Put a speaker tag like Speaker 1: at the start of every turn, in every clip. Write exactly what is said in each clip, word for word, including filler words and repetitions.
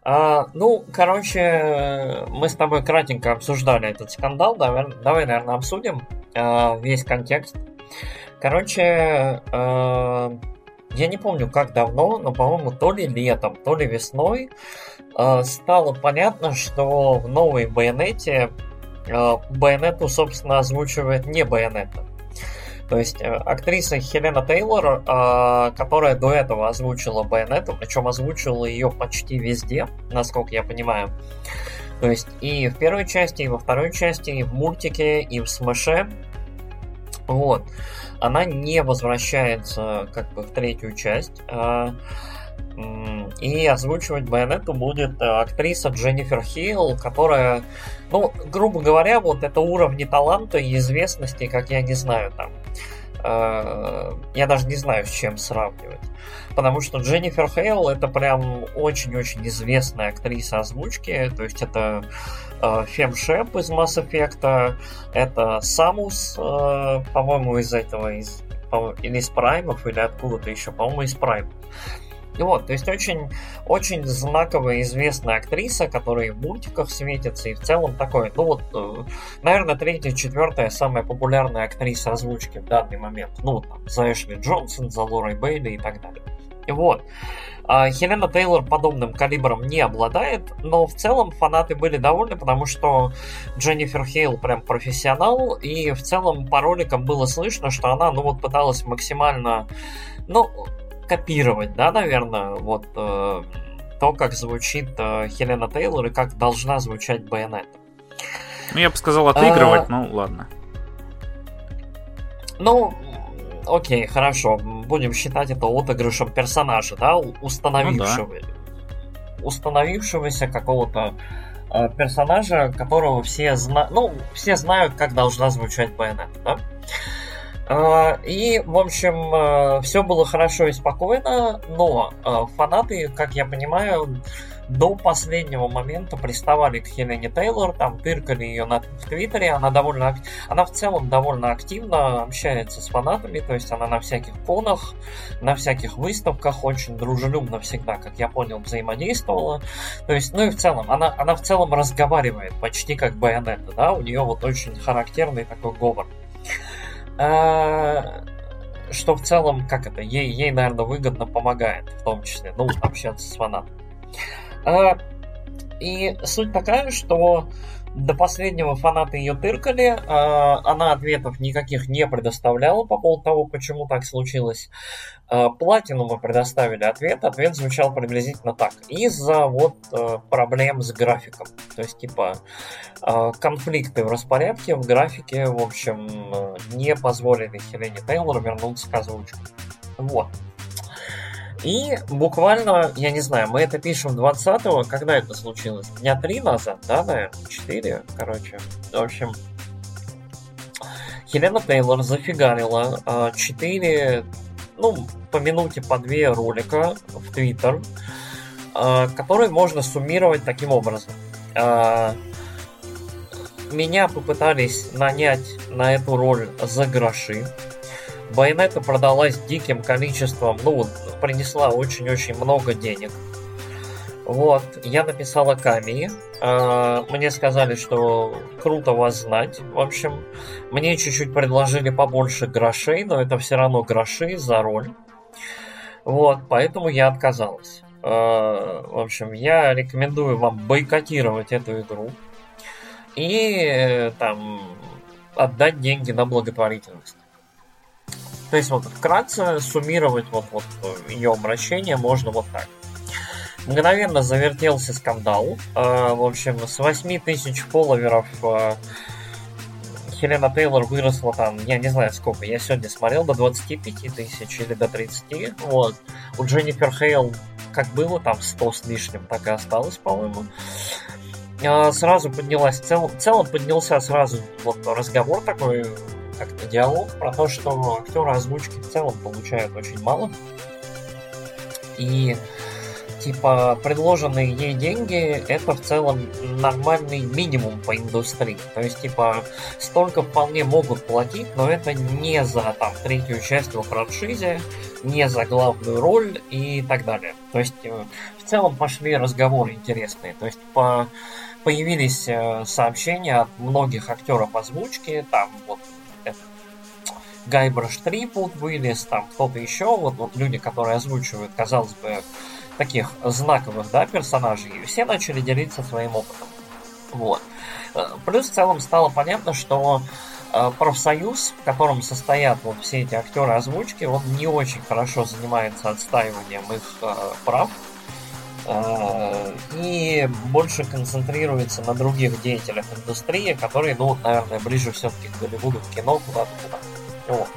Speaker 1: А, ну, короче, мы с тобой кратенько обсуждали этот скандал. Давай, давай наверное, обсудим а, весь контекст. Короче, а, я не помню, как давно, но, по-моему, то ли летом, то ли весной а, стало понятно, что в новой Байонете а, Байонету, собственно, озвучивает не Байонета. То есть э, актриса Хелена Тейлор, э, которая до этого озвучила Байонету, причем озвучила ее почти везде, насколько я понимаю. То есть и в первой части, и во второй части, и в мультике, и в Смэше. Вот. Она не возвращается как бы в третью часть. Э, И озвучивать Байонету будет актриса Дженнифер Хейл, которая, ну, грубо говоря, вот это уровни таланта и известности, как я не знаю, там. Э, я даже не знаю, с чем сравнивать. Потому что Дженнифер Хейл это прям очень-очень известная актриса озвучки. То есть это э, Фем Шеп из Mass Effect, это Самус, э, по-моему, из этого, из, по- или из Праймов, или откуда-то еще, по-моему, из Праймов. Вот, то есть очень, очень знаковая, известная актриса, которая в мультиках светится, и в целом такой, ну вот, наверное, третья, четвертая самая популярная актриса озвучки в данный момент. Ну, там, за Эшли Джонсон, за Лорой Бейли и так далее. И вот. Хелена Тейлор подобным калибром не обладает, но в целом фанаты были довольны, потому что Дженнифер Хейл прям профессионал, и в целом по роликам было слышно, что она, ну вот, пыталась максимально, ну, копировать, да, наверное, вот э, то, как звучит э, Хелена Тейлор и как должна звучать Байонета.
Speaker 2: Ну, я бы сказал, отыгрывать, а, ну, ладно.
Speaker 1: Ну, окей, хорошо, будем считать это отыгрышем персонажа, да, установившего, ну, да. установившегося какого-то э, персонажа, которого все знают, ну, все знают, как должна звучать Байонета, да. И, в общем, все было хорошо и спокойно, но фанаты, как я понимаю, до последнего момента приставали к Хелене Тейлор, там тыркали ее на, в Твиттере, она довольно, она в целом довольно активно общается с фанатами, то есть она на всяких конах, на всяких выставках очень дружелюбно всегда, как я понял, взаимодействовала, то есть, ну и в целом, она, она в целом разговаривает почти как Байонета, да, у нее вот очень характерный такой говор. А, что в целом, как это, ей, ей, наверное, выгодно помогает, в том числе, ну, общаться с фанатами. А, и суть такая, что до последнего фанаты ее тыркали, а, она ответов никаких не предоставляла по поводу того, почему так случилось. А, Платину мы предоставили ответ, ответ звучал приблизительно так. Из-за вот а, проблем с графиком, то есть, типа, конфликты в распорядке, в графике, в общем, не позволили Хелене Тейлор вернуться к озвучке. Вот. И буквально, я не знаю, мы это пишем двадцатого, когда это случилось? Дня три назад, да, наверное? четыре, короче. В общем, Хелена Тейлор зафигарила четыре, ну, по минуте, по две ролика в Твиттер, которые можно суммировать таким образом. Меня попытались нанять на эту роль за гроши. Байонета продалась диким количеством, ну вот, принесла очень-очень много денег. Вот, я написала Камии. Мне сказали, что круто вас знать. В общем, мне чуть-чуть предложили побольше грошей, но это все равно гроши за роль. Вот, поэтому я отказалась. В общем, я рекомендую вам бойкотировать эту игру и там отдать деньги на благотворительность. То есть вот вкратце суммировать вот, вот ее обращение можно вот так. Мгновенно завертелся скандал. Э, в общем, с восемь тысяч фолловеров э, Хелена Тейлор выросла там, я не знаю сколько, я сегодня смотрел, до двадцать пять тысяч или до тридцати. Вот. У Дженнифер Хейл как было, там сто с лишним, так и осталось, по-моему. Э, сразу поднялась, в целом, в целом поднялся сразу вот разговор такой, как-то диалог про то, что актеры озвучки в целом получают очень мало. И типа предложенные ей деньги это в целом нормальный минимум по индустрии. То есть типа столько вполне могут платить, но это не за там третью часть во франшизе, не за главную роль и так далее. То есть э, в целом пошли разговоры интересные. То есть по, появились э, сообщения от многих актеров озвучки, там вот Гайбраш Трипут вылез, там кто-то еще, вот, вот люди, которые озвучивают, казалось бы, таких знаковых, да, персонажей, и все начали делиться своим опытом. Вот. Плюс в целом стало понятно, что э, профсоюз, в котором состоят вот все эти актеры озвучки, он не очень хорошо занимается отстаиванием их э, прав э, и больше концентрируется на других деятелях индустрии, которые, ну, наверное, ближе все-таки к Голливуду, в кино, куда-то туда. Вот.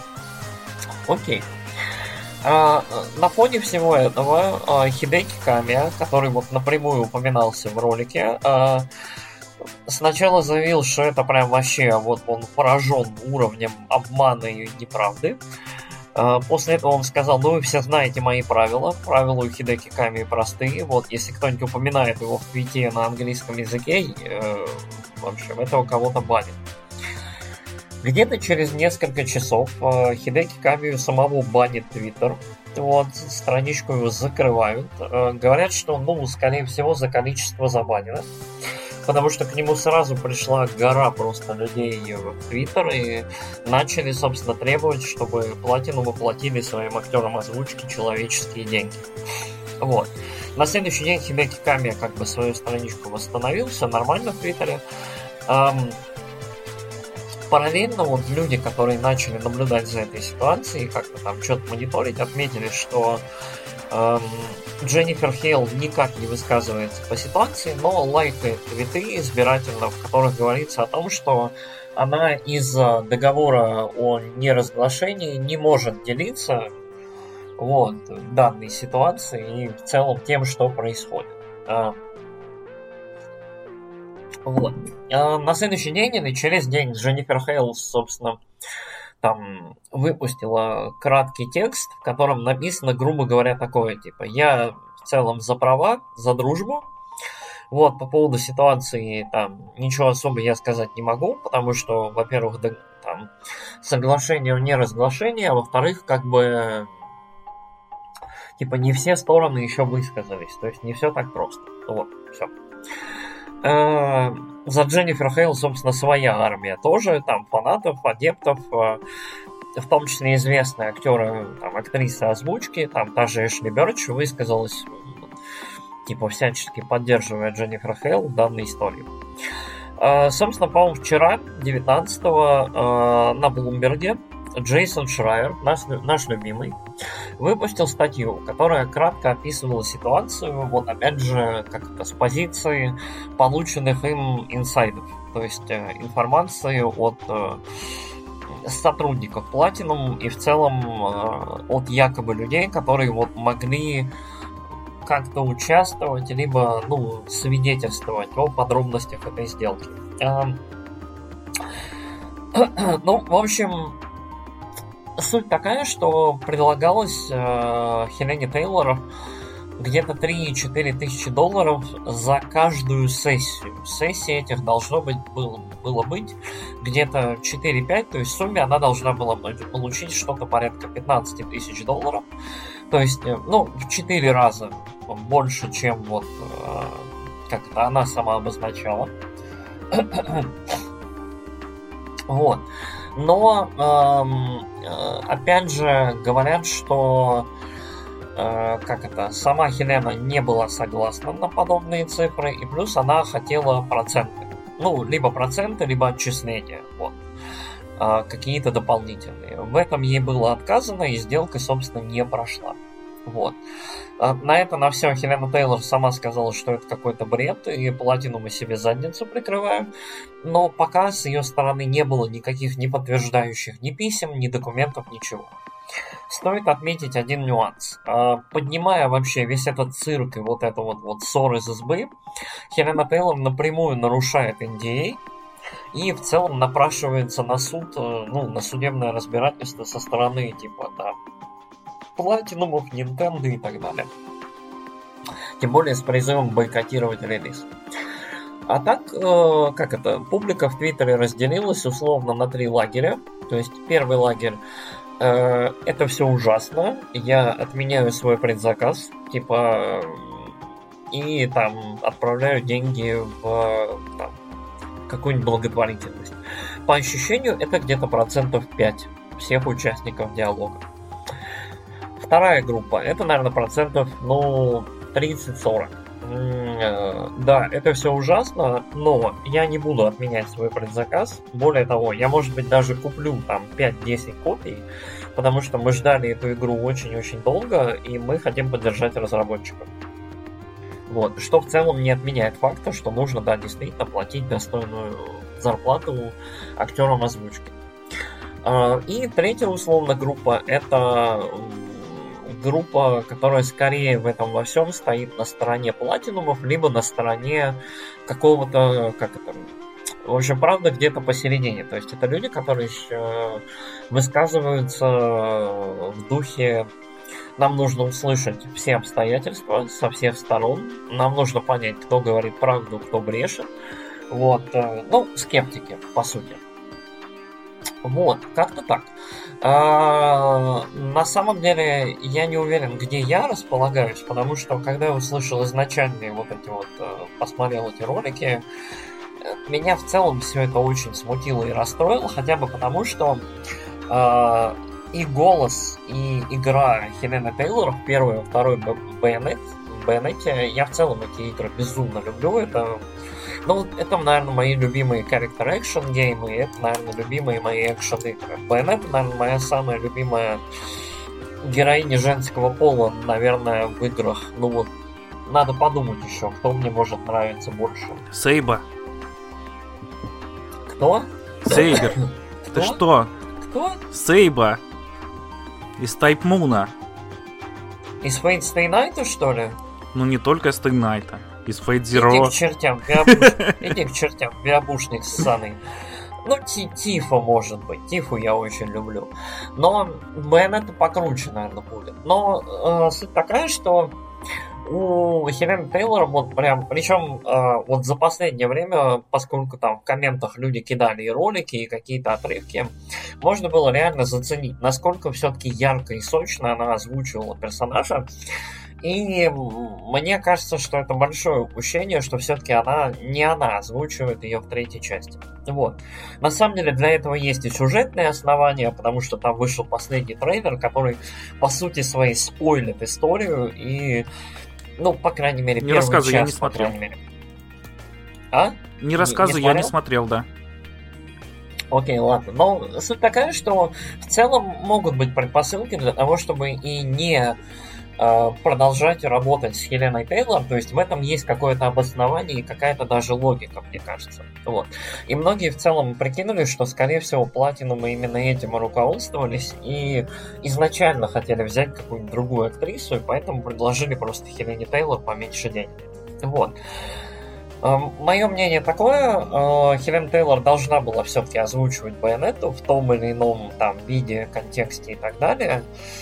Speaker 1: Окей. А, на фоне всего этого а, Хидеки Камия, который вот напрямую упоминался в ролике, а, сначала заявил, что это прям вообще вот он поражен уровнем обмана и неправды. А, после этого он сказал: ну вы все знаете мои правила. Правила у Хидеки Камии простые. Вот если кто-нибудь упоминает его в твите на английском языке, э, в общем, этого кого-то банит. Где-то через несколько часов э, Хидеки Камию самого банит Твиттер. Вот, страничку его закрывают. Э, говорят, что, ну, скорее всего, за количество забанено. Потому что к нему сразу пришла гора просто людей в Твиттер и начали, собственно, требовать, чтобы Platinum выплатили своим актерам озвучки человеческие деньги. Вот. На следующий день Хидеки Камия как бы свою страничку восстановил, все нормально в Твиттере. Эм, Параллельно вот люди, которые начали наблюдать за этой ситуацией, как-то там что-то мониторить, отметили, что эм, Дженнифер Хейл никак не высказывается по ситуации, но лайкает твиты избирательно, в которых говорится о том, что она из-за договора о неразглашении не может делиться вот, данной ситуацией и в целом тем, что происходит. Вот. А на следующий день или через день Дженнифер Хейл, собственно, там выпустила краткий текст, в котором написано, грубо говоря, такое, типа, я в целом за права, за дружбу. Вот, по поводу ситуации, там, ничего особо я сказать не могу, потому что, во-первых, да, там, соглашение о неразглашении, а во-вторых, как бы, типа, не все стороны еще высказались, то есть не все так просто. Вот, все. За Дженнифер Хейл, собственно, своя армия тоже, там фанатов, адептов, в том числе известные актеры, там, актрисы озвучки, там та же Эшли Бёрч высказалась, типа, всячески поддерживая Дженнифер Хейл в данной истории. Собственно, по-моему, вчера, девятнадцатого, на Блумберге Джейсон Шрайер, наш, наш любимый, выпустил статью, которая кратко описывала ситуацию, вот опять же, как-то с позиции полученных им инсайдов, то есть э, информации от э, сотрудников Platinum и в целом э, от якобы людей, которые вот могли как-то участвовать, либо, ну, свидетельствовать о подробностях этой сделки. Э, ну, в общем, суть такая, что предлагалось э, Хелене Тейлор где-то три-четыре тысячи долларов за каждую сессию. Сессий этих должно быть, было, было быть где-то четыре-пять, то есть в сумме она должна была получить что-то порядка пятнадцать тысяч долларов. То есть, ну, в четыре раза больше, чем вот э, как-то она сама обозначала. Вот. Но, эм, э, опять же, говорят, что э, как это, сама Хелена не была согласна на подобные цифры, и плюс она хотела проценты. Ну, либо проценты, либо отчисления. Вот. Э, какие-то дополнительные. В этом ей было отказано, и сделка, собственно, не прошла. Вот. На это, на все, Хелена Тейлор сама сказала, что это какой-то бред, и Platinum мы себе задницу прикрываем. Но пока с ее стороны не было никаких ни подтверждающих ни писем, ни документов, ничего. Стоит отметить один нюанс. Поднимая вообще весь этот цирк и вот это вот, вот ссор из избы, Хелена Тейлор напрямую нарушает эн ди эй и в целом напрашивается на суд, ну, на судебное разбирательство со стороны, типа, да, Platinum, Nintendo и так далее. Тем более с призывом бойкотировать релиз. А так, э, как это, публика в Твиттере разделилась условно на три лагеря. То есть первый лагерь э, это все ужасно, я отменяю свой предзаказ, типа, и там отправляю деньги в там, какую-нибудь благотворительность. По ощущению, это где-то процентов пять всех участников диалога. Вторая группа, это, наверное, процентов, ну, тридцать-сорок. Да, это все ужасно, но я не буду отменять свой предзаказ. Более того, я, может быть, даже куплю там пять-десять копий, потому что мы ждали эту игру очень-очень долго, и мы хотим поддержать разработчиков. Вот, что в целом не отменяет факта, что нужно, да, действительно платить достойную зарплату актерам озвучки. И третья, условно, группа, это группа, которая скорее в этом во всем стоит на стороне платинумов, либо на стороне какого-то, как это, в общем, правда, где-то посередине. То есть это люди, которые высказываются в духе: нам нужно услышать все обстоятельства со всех сторон, нам нужно понять, кто говорит правду, кто брешет. Вот, ну, скептики, по сути. Вот, как-то так. А, на самом деле, я не уверен, где я располагаюсь, потому что, когда я услышал изначальные вот эти вот, посмотрел эти ролики, меня в целом все это очень смутило и расстроило, хотя бы потому, что а, и голос, и игра Хелены Тейлор в первой и второй Bayonetta, Bayonetta, я в целом эти игры безумно люблю, это... Ну, это, наверное, мои любимые character action геймы, и это, наверное, любимые мои экшен игры. Bayonetta, наверное, моя самая любимая героиня женского пола, наверное, в играх. Ну вот, надо подумать еще, кто мне может нравиться больше.
Speaker 2: Сейба.
Speaker 1: Кто?
Speaker 2: Сейбер. Ты что?
Speaker 1: Кто?
Speaker 2: Сейба. Из Type Moon.
Speaker 1: Из Fate Stay Night, что ли?
Speaker 2: Ну, не только из Stay Night. Из Fate Zero.
Speaker 1: Иди к чертям, биобуш... Иди к чертям, биобушник ссаный. Ну, Тифу, может быть. Тифу я очень люблю. Но Bayonetta покруче, наверное, будет. Но э, суть такая, что у Хелены Тейлор вот прям... Причем э, вот за последнее время, поскольку там в комментах люди кидали и ролики, и какие-то отрывки, можно было реально заценить, насколько все-таки ярко и сочно она озвучивала персонажа. И мне кажется, что это большое упущение, что все-таки она не она озвучивает ее в третьей части. Вот. На самом деле для этого есть и сюжетные основания, потому что там вышел последний трейлер, который по сути своей спойлит историю и, ну, по крайней мере,
Speaker 2: не
Speaker 1: первый
Speaker 2: рассказывай,
Speaker 1: час,
Speaker 2: я не смотрел.
Speaker 1: А?
Speaker 2: Не рассказывай, я не смотрел, да.
Speaker 1: Окей, ладно. Но суть такая, что в целом могут быть предпосылки для того, чтобы и не продолжать работать с Хеленой Тейлор, то есть в этом есть какое-то обоснование и какая-то даже логика, мне кажется. Вот. И многие в целом прикинули, что, скорее всего, Platinum именно этим и руководствовались и изначально хотели взять какую-нибудь другую актрису, и поэтому предложили просто Хелене Тейлор поменьше денег. Вот. Мое мнение такое, Хелен Тейлор должна была все-таки озвучивать Bayonetta в том или ином там виде, контексте и так далее.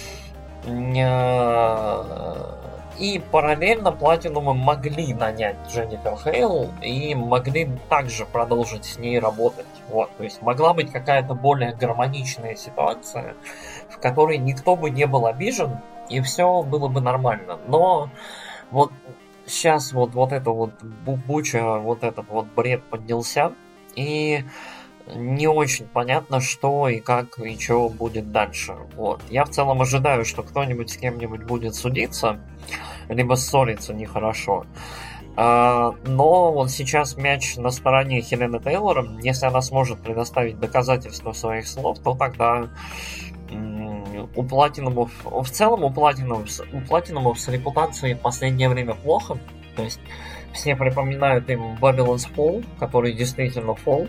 Speaker 1: И параллельно Platinum могли нанять Дженнифер Хейл и могли также продолжить с ней работать. Вот. То есть могла быть какая-то более гармоничная ситуация, в которой никто бы не был обижен, и все было бы нормально. Но вот сейчас вот, вот это вот буча, вот этот вот бред поднялся, и не очень понятно, что и как и что будет дальше. Вот. Я в целом ожидаю, что кто-нибудь с кем-нибудь будет судиться, либо ссориться нехорошо. А, но вот сейчас мяч на стороне Хелены Тейлор. Если она сможет предоставить доказательства своих слов, то тогда м- у Платинумов... В целом у Платинумов, у Платинумов с репутацией в последнее время плохо. То есть все припоминают им Babylon's Fall, который действительно Fall.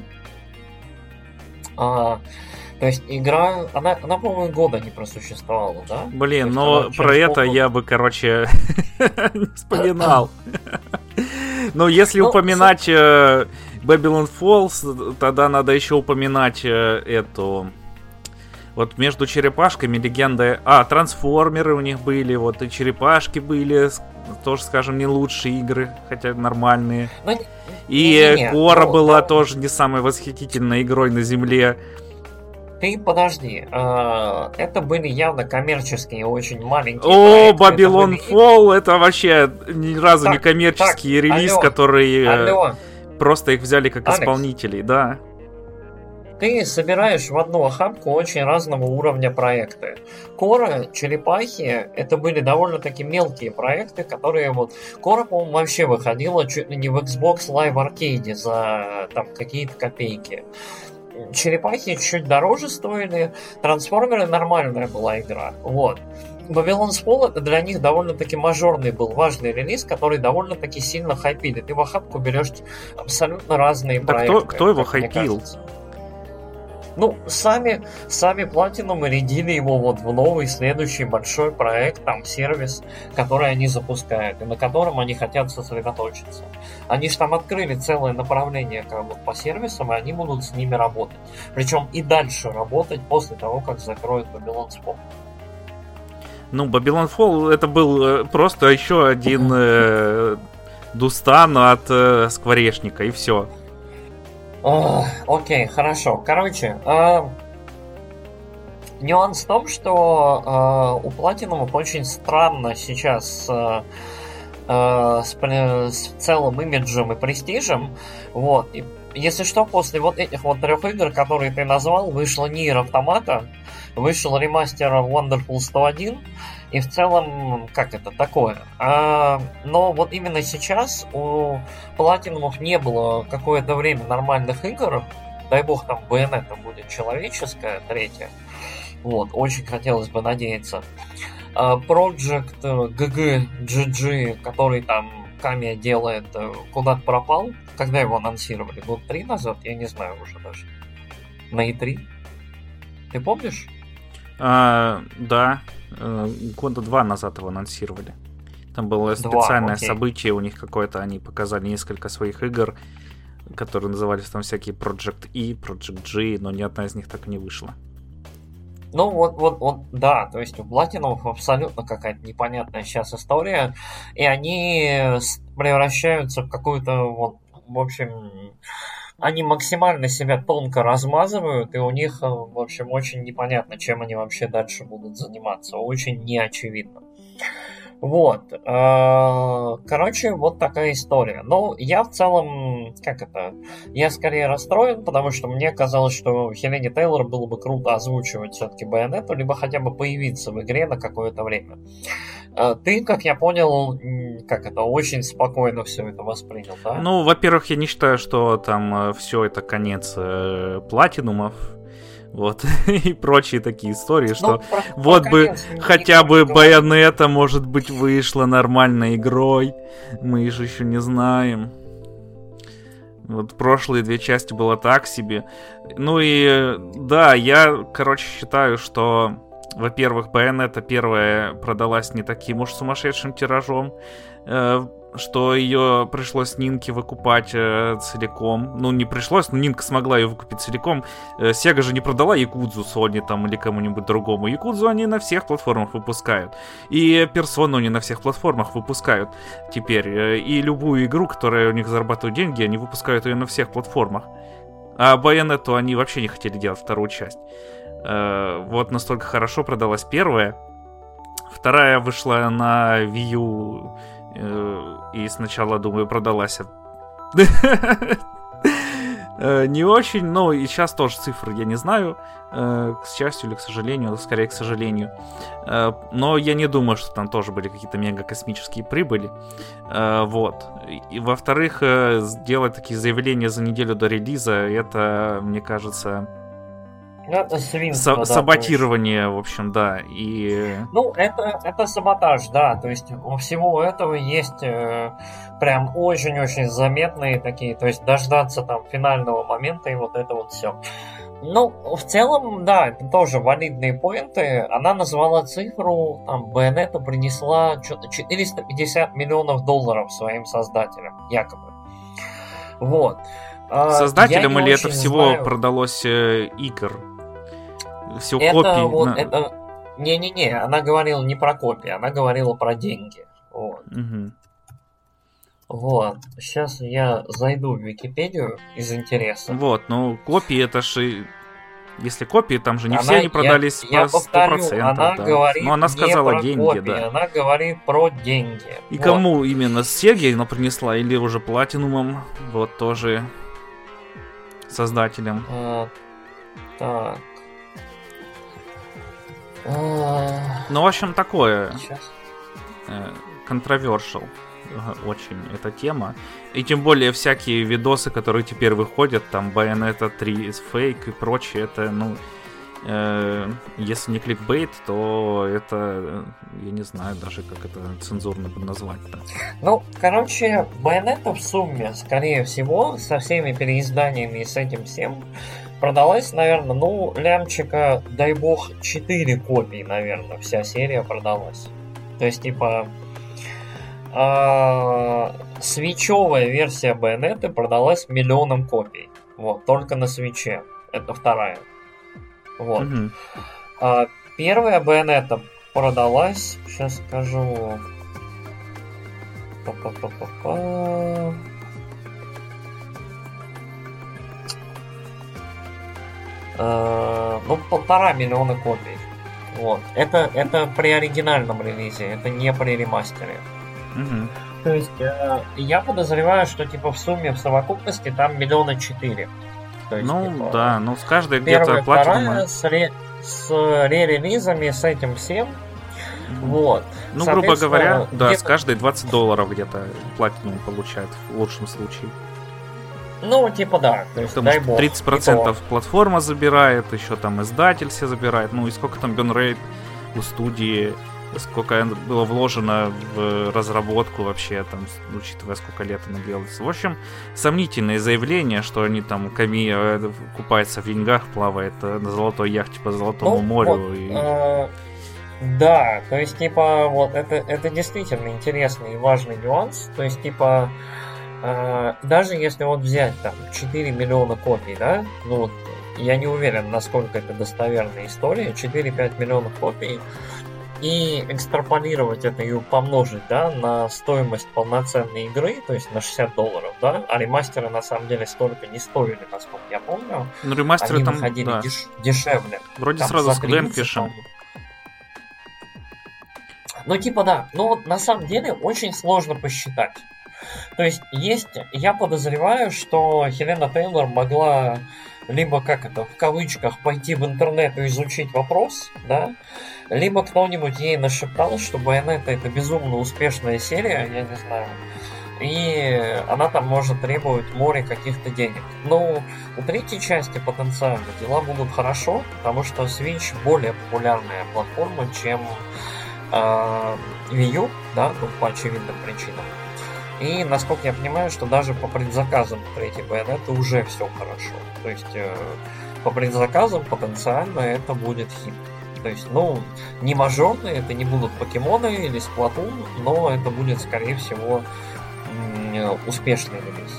Speaker 1: А, то есть игра, она, она по-моему, года не просуществовала, да?
Speaker 2: Блин, но про это полгода... я бы, короче, не вспоминал. Но если упоминать Babylon Falls, тогда надо еще упоминать эту... Вот между черепашками легенда... А, трансформеры у них были, вот и черепашки были, тоже, скажем, не лучшие игры, хотя нормальные. Но... И не, не, Кора ну, была да. тоже не самой восхитительной игрой на земле.
Speaker 1: ты подожди, э, это были явно коммерческие, очень маленькие
Speaker 2: О,
Speaker 1: проекты.
Speaker 2: Babylon
Speaker 1: это были...
Speaker 2: Fall, это вообще ни разу
Speaker 1: так,
Speaker 2: не коммерческий
Speaker 1: так,
Speaker 2: релиз,
Speaker 1: алло,
Speaker 2: который
Speaker 1: алло.
Speaker 2: просто их взяли как
Speaker 1: Алекс,
Speaker 2: исполнителей, да.
Speaker 1: Ты собираешь в одну охапку очень разного уровня проекты. Кора, Черепахи, это были довольно-таки мелкие проекты, которые вот... Кора, по-моему, вообще выходила чуть ли не в Xbox Live Arcade за там какие-то копейки. Черепахи чуть дороже стоили, Трансформеры нормальная была игра. Вот. Babylon's Fall это для них довольно-таки мажорный был, важный релиз, который довольно-таки сильно хайпили. Ты в охапку берешь абсолютно разные
Speaker 2: да
Speaker 1: проекты.
Speaker 2: Кто, кто его хайпил?
Speaker 1: Ну, сами, сами Platinum рядили его вот в новый следующий большой проект, там, сервис, который они запускают, и на котором они хотят сосредоточиться. Они же там открыли целое направление как бы по сервисам, и они будут с ними работать. Причем и дальше работать после того, как закроют Babylon's Fall. Ну,
Speaker 2: Babylon Fall это был просто еще один э, Дустан от э, Скворечника, и все.
Speaker 1: Окей, okay, хорошо. Короче, э, нюанс в том, что э, у Platinum очень странно сейчас э, э, с, с целым имиджем и престижем. Вот. И, если что, после вот этих вот трех игр, которые ты назвал, вышло Nier Automata, вышел ремастер Wonderful сто один, и в целом, как это такое? А, но вот именно сейчас у Platinum не было какое-то время нормальных игр. Дай бог, там Bayonetta будет человеческая, третья. Вот, очень хотелось бы надеяться. А, Project джи джи, джи джи, который там Камия делает, куда-то пропал. Когда его анонсировали? Год три назад? Я не знаю уже даже. На и три? Ты помнишь?
Speaker 2: А, да. Года два назад его анонсировали. Там было специальное два, событие у них какое-то. Они показали несколько своих игр, которые назывались там всякие Project E, Project G, но ни одна из них так и не вышла.
Speaker 1: Ну вот, вот, вот, да, то есть у Platinum абсолютно какая-то непонятная сейчас история, и они превращаются в какую-то, вот, в общем, они максимально себя тонко размазывают, и у них, в общем, очень непонятно, чем они вообще дальше будут заниматься, очень неочевидно. Вот, короче, вот такая история. Но я в целом, как это, я скорее расстроен, потому что мне казалось, что Хелене Тейлор было бы круто озвучивать все-таки Байонетту, либо хотя бы появиться в игре на какое-то время. Ты, как я понял, как это, очень спокойно все это воспринял, да?
Speaker 2: Ну, во-первых, я не считаю, что там все это конец э, платинумов. Вот, и прочие такие истории, что ну, про, вот про бы хотя бы Байонетта, может быть, вышла нормальной игрой. Мы же еще не знаем. Вот прошлые две части было так себе. Ну и да, я, короче, считаю, что, во-первых, Байонетта первая продалась не таким уж сумасшедшим тиражом, э, что ее пришлось Нинке выкупать э, целиком. Ну, не пришлось, но Нинка смогла ее выкупить целиком. Э, Sega же не продала Якудзу Sony там или кому-нибудь другому. Якудзу они на всех платформах выпускают. И Персону они на всех платформах выпускают теперь. Э, и любую игру, которая у них зарабатывает деньги, они выпускают ее на всех платформах. А Байонетту они вообще не хотели делать вторую часть. Э, вот настолько хорошо продалась первая. Вторая вышла на Wii U... И сначала, думаю, продалась не очень, но и сейчас тоже цифры я не знаю, к счастью или к сожалению, скорее к сожалению. Но я не думаю, что там тоже были какие-то мега-космические прибыли. Вот. И, во-вторых, сделать такие заявления за неделю до релиза, это, мне кажется...
Speaker 1: Это свинство,
Speaker 2: С-
Speaker 1: да,
Speaker 2: саботирование, в общем, да. И...
Speaker 1: Ну, это, это саботаж, да. То есть у всего этого есть э, прям очень-очень заметные такие. То есть дождаться там финального момента и вот это вот все. Ну, в целом, да, это тоже валидные поинты. Она назвала цифру, там, Bayonetta принесла что-то четыреста пятьдесят миллионов долларов своим создателям, якобы. Вот.
Speaker 2: Создателям или это всего знаю... продалось э, игр? Все
Speaker 1: это
Speaker 2: копии.
Speaker 1: Вот,
Speaker 2: на...
Speaker 1: это... Не-не-не, она говорила не про копии, она говорила про деньги. Вот.
Speaker 2: Угу.
Speaker 1: Вот. Сейчас я зайду в Википедию из интереса.
Speaker 2: Вот, ну копии это же Если копии, там же не
Speaker 1: она,
Speaker 2: все они продались
Speaker 1: я, я
Speaker 2: по сто процентов.
Speaker 1: повторю, она
Speaker 2: да.
Speaker 1: говорит
Speaker 2: Но она сказала
Speaker 1: не про
Speaker 2: деньги,
Speaker 1: копии,
Speaker 2: да.
Speaker 1: Она говорит про деньги.
Speaker 2: И
Speaker 1: вот.
Speaker 2: Кому именно? С Сеги она принесла или уже Платинумом? Вот тоже создателем.
Speaker 1: А, так. А...
Speaker 2: Ну, в общем, такое.
Speaker 1: Сейчас.
Speaker 2: Controversial. Очень эта тема. И тем более всякие видосы, которые теперь выходят, там Bayonetta три фейк и прочее, это, ну, э, если не кликбейт, то это, я не знаю даже, как это цензурно назвать-то.
Speaker 1: Ну, короче, Bayonetta в сумме, скорее всего, со всеми переизданиями и с этим всем, продалась, наверное, ну, лямчика, дай бог, четыре копии, наверное, вся серия продалась. То есть, типа... А, свитчевая версия Bayonetta продалась миллионом копий. Вот, только на свитче. Это вторая. Вот. Mm-hmm. А, первая Bayonetta продалась, сейчас скажу. Па-па-па-па-па. А, ну, полтора миллиона копий. Вот. Это, это при оригинальном релизе, это не при ремастере.
Speaker 2: Угу.
Speaker 1: То есть э, я подозреваю, что типа в сумме, в совокупности там миллиона четыре. То есть,
Speaker 2: ну
Speaker 1: типа,
Speaker 2: да, ну с каждой где-то
Speaker 1: платиновая. С, ре- с ре-релизами, с этим всем.
Speaker 2: Угу.
Speaker 1: Вот.
Speaker 2: Ну, грубо говоря, да, с каждой двадцать долларов где-то платинум получает в лучшем случае.
Speaker 1: Ну, типа да. То есть,
Speaker 2: Потому
Speaker 1: дай
Speaker 2: что
Speaker 1: бог,
Speaker 2: тридцать процентов платформа забирает, еще там издатель все забирает. Ну и сколько там бёрнрейт у студии, сколько было вложено в разработку вообще, там, учитывая, сколько лет оно делается. В общем, сомнительные заявления, что они там, Камия купается в деньгах, плавает на золотой яхте по Золотому
Speaker 1: ну,
Speaker 2: морю.
Speaker 1: Вот,
Speaker 2: и...
Speaker 1: э- да, то есть, типа, вот, это, это действительно интересный и важный нюанс. То есть, типа, э- даже если вот взять там четыре миллиона копий, да, ну вот, я не уверен, насколько это достоверная история, четыре-пять миллионов копий, и экстраполировать это и помножить, да, на стоимость полноценной игры, то есть на шестьдесят долларов, да, а ремастеры на самом деле столько не стоили, насколько я помню.
Speaker 2: Ну, ремастеры
Speaker 1: они
Speaker 2: там,
Speaker 1: выходили
Speaker 2: да.
Speaker 1: деш- дешевле.
Speaker 2: Вроде
Speaker 1: там
Speaker 2: сразу с Vanquish'ем.
Speaker 1: Ну, типа, да, ну вот на самом деле очень сложно посчитать. То есть есть, я подозреваю, что Хелена Тейлор могла либо, как это, в кавычках, пойти в интернет и изучить вопрос, да, либо кто-нибудь ей нашептал, что Bayonetta это безумно успешная серия, я не знаю, и она там может требовать море каких-то денег. Но у третьей части потенциально дела будут хорошо, потому что Switch более популярная платформа, чем э, Wii U, да, ну, по очевидным причинам. И, насколько я понимаю, что даже по предзаказам третьей Bayonetta уже все хорошо. То есть, э, по предзаказам потенциально это будет хит. То есть, ну, не мажорные, это не будут покемоны или Splatoon, но это будет, скорее всего, м- успешный релиз.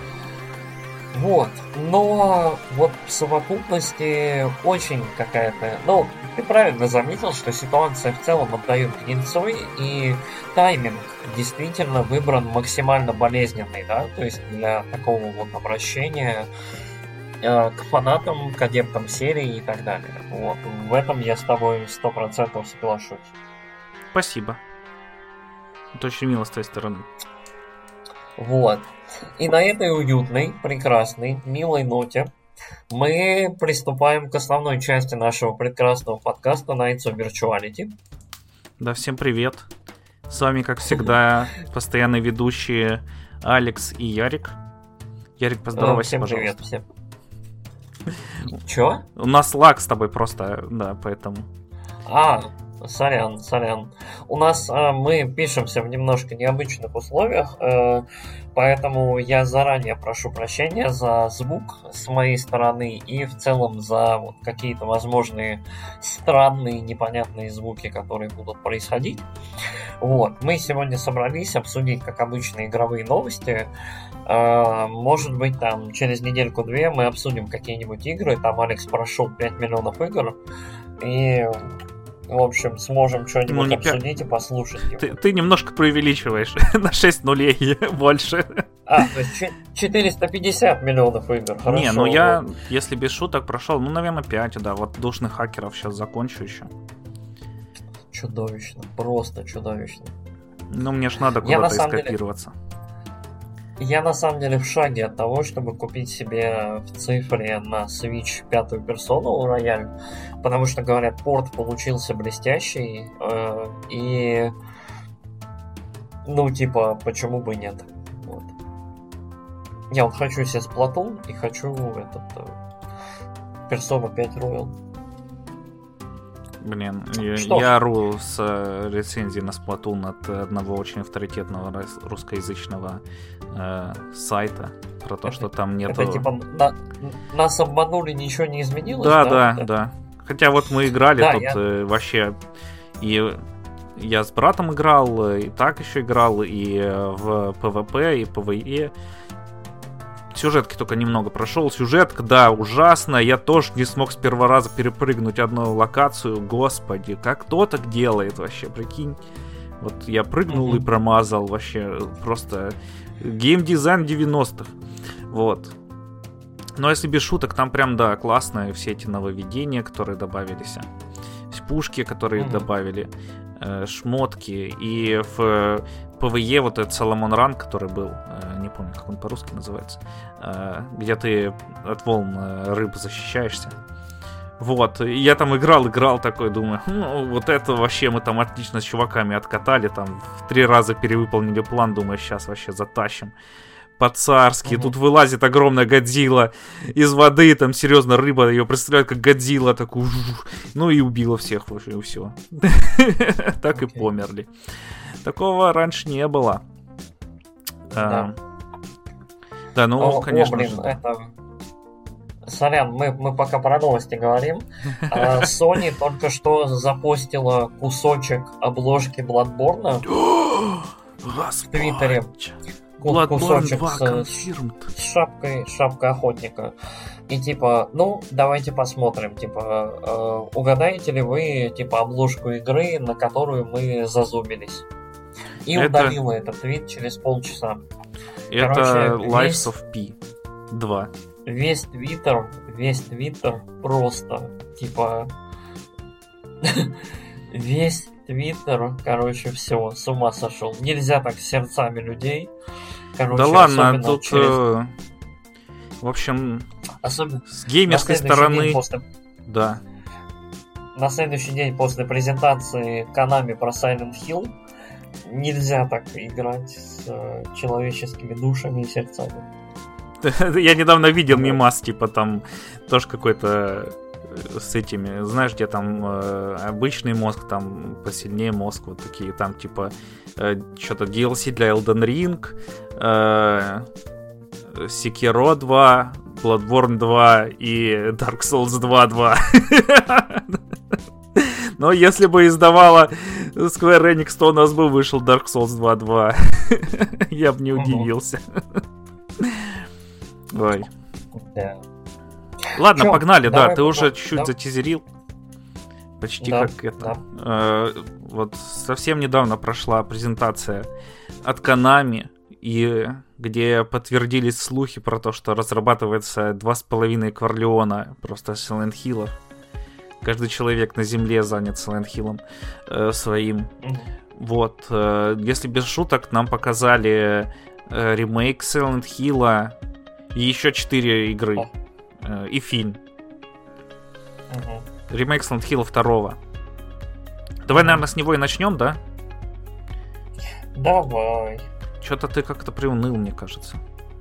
Speaker 1: Вот. Но вот в совокупности очень какая-то... Ну, ты правильно заметил, что ситуация в целом отдает гнильцой, и тайминг действительно выбран максимально болезненный, да, то есть для такого вот обращения э, к фанатам, к адептам серии и так далее. Вот. В этом я с тобой сто процентов соглашусь.
Speaker 2: Спасибо. Это очень мило с твоей стороны.
Speaker 1: Вот. И на этой уютной, прекрасной, милой ноте мы приступаем к основной части нашего прекрасного подкаста Nights of Virtuality.
Speaker 2: Да, всем привет. С вами, как всегда, постоянные ведущие Алекс и Ярик. Ярик, поздоровайся,
Speaker 1: всем
Speaker 2: пожалуйста.
Speaker 1: Всем привет, всем. Чё?
Speaker 2: У нас лаг с тобой просто, да, поэтому...
Speaker 1: А, сорян, сорян. У нас э, мы пишемся в немножко необычных условиях, э, поэтому я заранее прошу прощения за звук с моей стороны и в целом за вот какие-то возможные странные, непонятные звуки, которые будут происходить. Вот. Мы сегодня собрались обсудить, как обычно, игровые новости. Э, может быть, там через недельку-две мы обсудим какие-нибудь игры. Там Алекс прошел пять миллионов игр. И... В общем, сможем что-нибудь ну, обсудить пять... и послушать его.
Speaker 2: Ты, ты немножко преувеличиваешь на шесть нулей больше.
Speaker 1: А, то есть четыреста пятьдесят миллионов игр. Хорошо.
Speaker 2: Не, ну я, если без шуток, прошел, ну, наверное, пять, да. Вот душных хакеров сейчас закончу еще.
Speaker 1: Чудовищно, просто чудовищно.
Speaker 2: Ну, мне ж надо куда-то эскапироваться.
Speaker 1: Деле, я на самом деле в шаге от того, чтобы купить себе в цифре на Switch пятую персону рояль, потому что, говорят, порт получился блестящий, э, и ну, типа, почему бы нет. Вот. Я вот хочу себе Splatoon и хочу этот э, Persona пять Royal.
Speaker 2: Блин, я, я ору с э, рецензией на Splatoon от одного очень авторитетного русскоязычного э, сайта про то, это, что там нету...
Speaker 1: Это типа на, нас обманули, ничего не изменилось?
Speaker 2: Да,
Speaker 1: да,
Speaker 2: да,
Speaker 1: это?
Speaker 2: да. Хотя вот мы играли да, тут я... э, вообще... И я с братом играл, и так еще играл, и в PvP, и PvE. Сюжетки только немного прошел. Сюжетка, да, ужасная. Я тоже не смог с первого раза перепрыгнуть одну локацию. Господи, как кто так делает вообще, прикинь. Вот я прыгнул mm-hmm. и промазал вообще. Просто геймдизайн девяностых. Вот. Но если без шуток, там прям, да, классные все эти нововведения, которые добавились. Пушки, которые mm-hmm. добавили. Э, шмотки. И в... PvE, вот этот Соломон Ран, который был, не помню, как он по-русски называется, где ты от волн рыб защищаешься. Вот, и я там играл, играл такой, думаю, ну, вот это вообще мы там отлично с чуваками откатали, там в три раза перевыполнили план, думаю, сейчас вообще затащим. По-царски, угу. Тут вылазит огромная Годзилла из воды, там серьезно рыба, ее представляют как Годзилла, такую, ну и убила всех вообще, и все. Так и померли. Такого раньше не было.
Speaker 1: Да,
Speaker 2: а, да ну,
Speaker 1: о,
Speaker 2: конечно.
Speaker 1: О, блин, это... Сорян, мы, мы пока про новости говорим. Sony только что запостила кусочек обложки Bloodborne в Твиттере. Кусочек с, с шапкой, шапкой охотника. И типа, ну, давайте посмотрим. Типа, э, угадаете ли вы, типа, обложку игры, на которую мы зазумились? И это... удалила этот твит через полчаса.
Speaker 2: Это Короче, Lives весь... of P два.
Speaker 1: Весь твиттер, весь твиттер просто, типа... Весь твиттер, короче, все, с ума сошел. Нельзя так с сердцами людей. Короче,
Speaker 2: да ладно, тут... Через... Э... В общем, особенно... с геймерской стороны...
Speaker 1: После...
Speaker 2: Да.
Speaker 1: На следующий день после презентации Konami про Silent Hill нельзя так играть с э, человеческими душами и сердцами.
Speaker 2: Я недавно видел мемас, типа там тоже какой-то с этими, знаешь, где там э, обычный мозг, там посильнее мозг, вот такие, там типа э, что-то ди эл си для Elden Ring, э, Sekiro два, Bloodborne два и Dark Souls два два. Но если бы издавала Square Enix, то у нас бы вышел Dark Souls два два. Я бы не удивился. Ой.
Speaker 1: Да.
Speaker 2: Ладно, Чё? Погнали,
Speaker 1: Давай,
Speaker 2: да, ты
Speaker 1: давай,
Speaker 2: уже
Speaker 1: давай.
Speaker 2: чуть-чуть затизерил. Почти
Speaker 1: да,
Speaker 2: как это.
Speaker 1: Да.
Speaker 2: Э, вот совсем недавно прошла презентация от Konami, и где подтвердились слухи про то, что разрабатывается два с половиной кварлеона просто Silent Hill'ов. Каждый человек на земле занят Silent Hill'ом э, своим. Mm-hmm. Вот. Э, если без шуток, нам показали э, ремейк Silent Hill'а и еще четыре игры. Oh. Э, и фильм. Mm-hmm. Ремейк Silent Hill'а второго. Давай, mm-hmm. наверное, с него и начнем, да?
Speaker 1: Давай.
Speaker 2: Что-то ты как-то приуныл, мне кажется.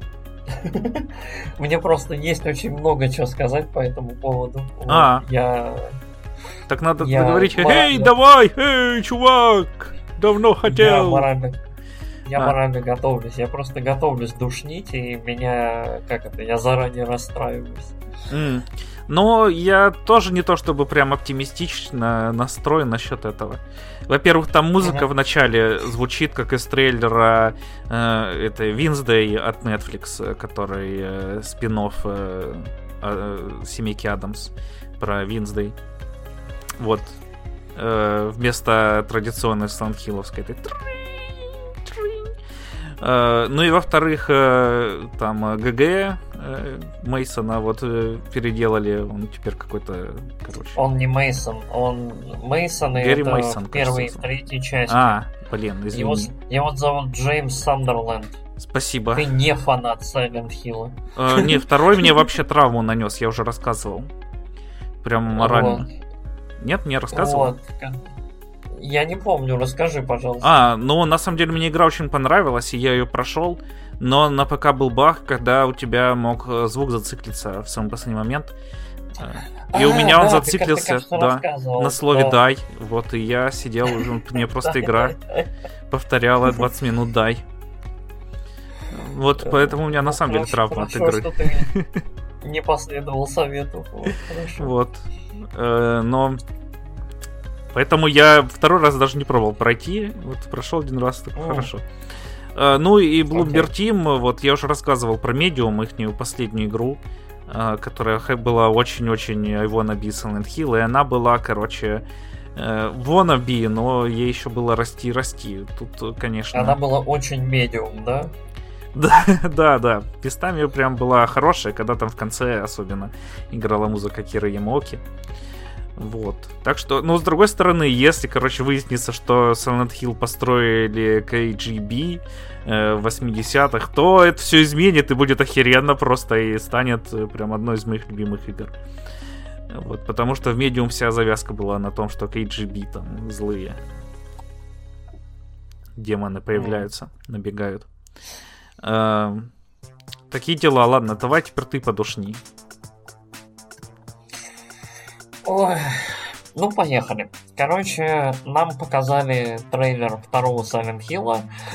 Speaker 1: Мне просто есть очень много чего сказать по этому поводу.
Speaker 2: А,
Speaker 1: я...
Speaker 2: Так надо я говорить, эй, давай, эй, чувак, давно хотел.
Speaker 1: Я морально, я а. морально готовлюсь, я просто готовлюсь душнить, и меня, как это, я заранее расстраиваюсь.
Speaker 2: Mm. Но я тоже не то чтобы прям оптимистично настроен насчет этого. Во-первых, там музыка mm-hmm. в начале звучит как из трейлера э, это Wednesday от Netflix, который э, спин-офф э, э, семейки Адамс про Wednesday. Вот. Э, вместо традиционной Silent Hill'овской этой. Э, ну и во-вторых, э, там ГГ э, Мейсона вот э, переделали, он теперь какой-то, короче.
Speaker 1: Он не Мейсон, он Мейсон, и
Speaker 2: Гэри
Speaker 1: это
Speaker 2: Мейсон,
Speaker 1: в первой и
Speaker 2: кажется.
Speaker 1: в третьей части.
Speaker 2: А, блин, извини.
Speaker 1: Его, его зовут Джеймс Сандерленд.
Speaker 2: Спасибо.
Speaker 1: Ты не фанат Silent Hill.
Speaker 2: Э, не, второй мне вообще травму нанес, я уже рассказывал. Прям морально.
Speaker 1: Вот.
Speaker 2: Нет, мне рассказывал?
Speaker 1: Вот. Я не помню, расскажи, пожалуйста.
Speaker 2: А, ну, на самом деле, мне игра очень понравилась, и я ее прошел, но на ПК был баг, когда у тебя мог звук зациклиться в самый последний момент. И
Speaker 1: а,
Speaker 2: у меня он
Speaker 1: да,
Speaker 2: зациклился,
Speaker 1: ты,
Speaker 2: да, на слове
Speaker 1: да.
Speaker 2: «дай». Вот, и я сидел, уже мне просто игра повторяла двадцать минут «дай». Вот, поэтому у меня на самом деле травма от игры.
Speaker 1: Что ты не последовал совету.
Speaker 2: Вот. Но... Поэтому я второй раз даже не пробовал пройти. Вот прошел один раз, так mm. хорошо. Uh, ну и Bloober okay. Team, вот я уже рассказывал про Medium, их последнюю игру, uh, которая была очень-очень wannabe Silent Hill, и она была, короче, uh, wannabe, но ей еще было расти-расти. Тут, конечно...
Speaker 1: Она была очень Medium, да?
Speaker 2: Да, да, да. Местами прям была хорошая, когда там в конце особенно играла музыка Киры Ямаоки. Вот. Так что, ну, с другой стороны, если, короче, выяснится, что Silent Hill построили кей джи би э, в восьмидесятых, то это все изменит и будет охеренно просто, и станет прям одной из моих любимых игр. Вот, потому что в Medium вся завязка была на том, что кей джи би там злые демоны появляются, mm. набегают. Э, такие дела. Ладно, давай теперь ты подушни.
Speaker 1: Ой, ну поехали. Короче, нам показали трейлер второго Silent Hill.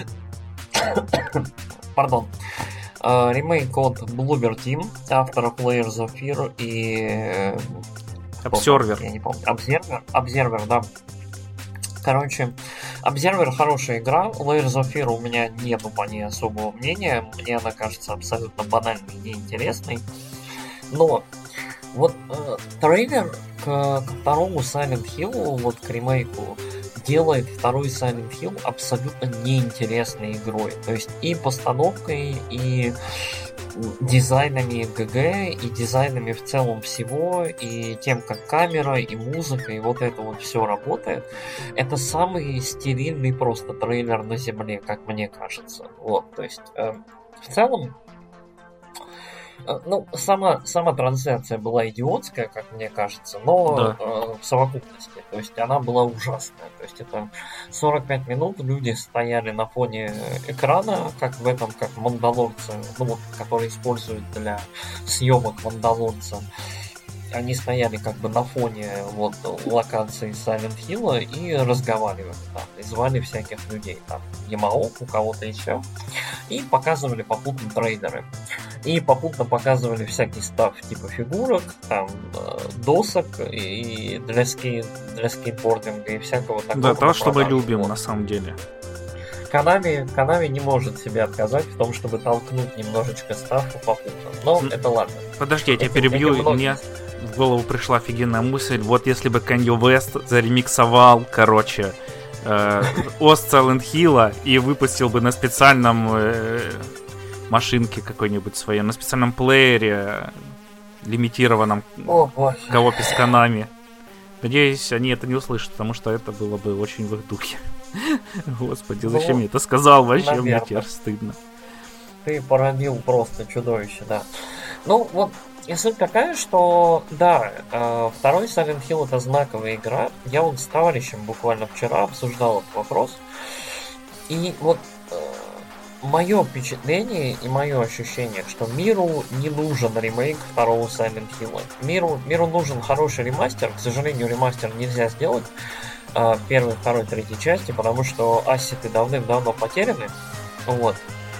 Speaker 1: Пардон. Uh, ремейк от Bloober Team, авторов Layers of Fear и...
Speaker 2: Observer.
Speaker 1: Я не помню. Observer? Observer, да. Короче, Observer хорошая игра. Layers of Fear у меня нету по ней особого мнения. Мне она кажется абсолютно банальной и неинтересной. Но вот э, трейлер к, к второму Silent Hill, вот к ремейку, делает второй Silent Hill абсолютно неинтересной игрой. То есть и постановкой, и дизайнами ГГ, и дизайнами в целом всего, и тем, как камера, и музыка, и вот это вот все работает. Это самый стерильный просто трейлер на земле, как мне кажется. Вот, то есть э, в целом Ну, сама, сама трансляция была идиотская, как мне кажется, но
Speaker 2: да.
Speaker 1: э, в совокупности. То есть она была ужасная. То есть это сорок пять минут люди стояли на фоне экрана, как в этом, как Мандалорцы, ну вот, который используют для съемок Мандалорца. Они стояли как бы на фоне вот локации Silent Hill и разговаривали там, и звали всяких людей, там, Ямаоку, у кого-то еще, и показывали попутно трейлеры. И попутно показывали всякий став типа фигурок, там, досок и для, скейт, для скейтбординга и всякого такого.
Speaker 2: Да, то, что мы любим на самом деле.
Speaker 1: Konami, Konami не может себе отказать в том, чтобы толкнуть немножечко ставку попутно. Но Н- это ладно.
Speaker 2: Подожди, я тебя перебью. Мне в голову пришла офигенная мысль. Вот если бы Kanye West заремиксовал, короче, э, Ост Silent Hill и выпустил бы на специальном э, машинке какой-нибудь своей, на специальном плеере, лимитированном, коопе с Konami. Надеюсь, они это не услышат, потому что это было бы очень в их духе. Господи, зачем ну, я это сказал? Вообще, наверное. Мне теперь стыдно.
Speaker 1: Ты породил просто чудовище, да. Ну, вот, и суть такая, что, да, э, второй Silent Hill — это знаковая игра. Я вот с товарищем буквально вчера обсуждал этот вопрос. И вот э, мое впечатление и мое ощущение, что миру не нужен ремейк второго Silent Hill. Миру, миру нужен хороший ремастер. К сожалению, ремастер нельзя сделать первой, второй, третьей части, потому что ассеты давным-давно потеряны. Вот.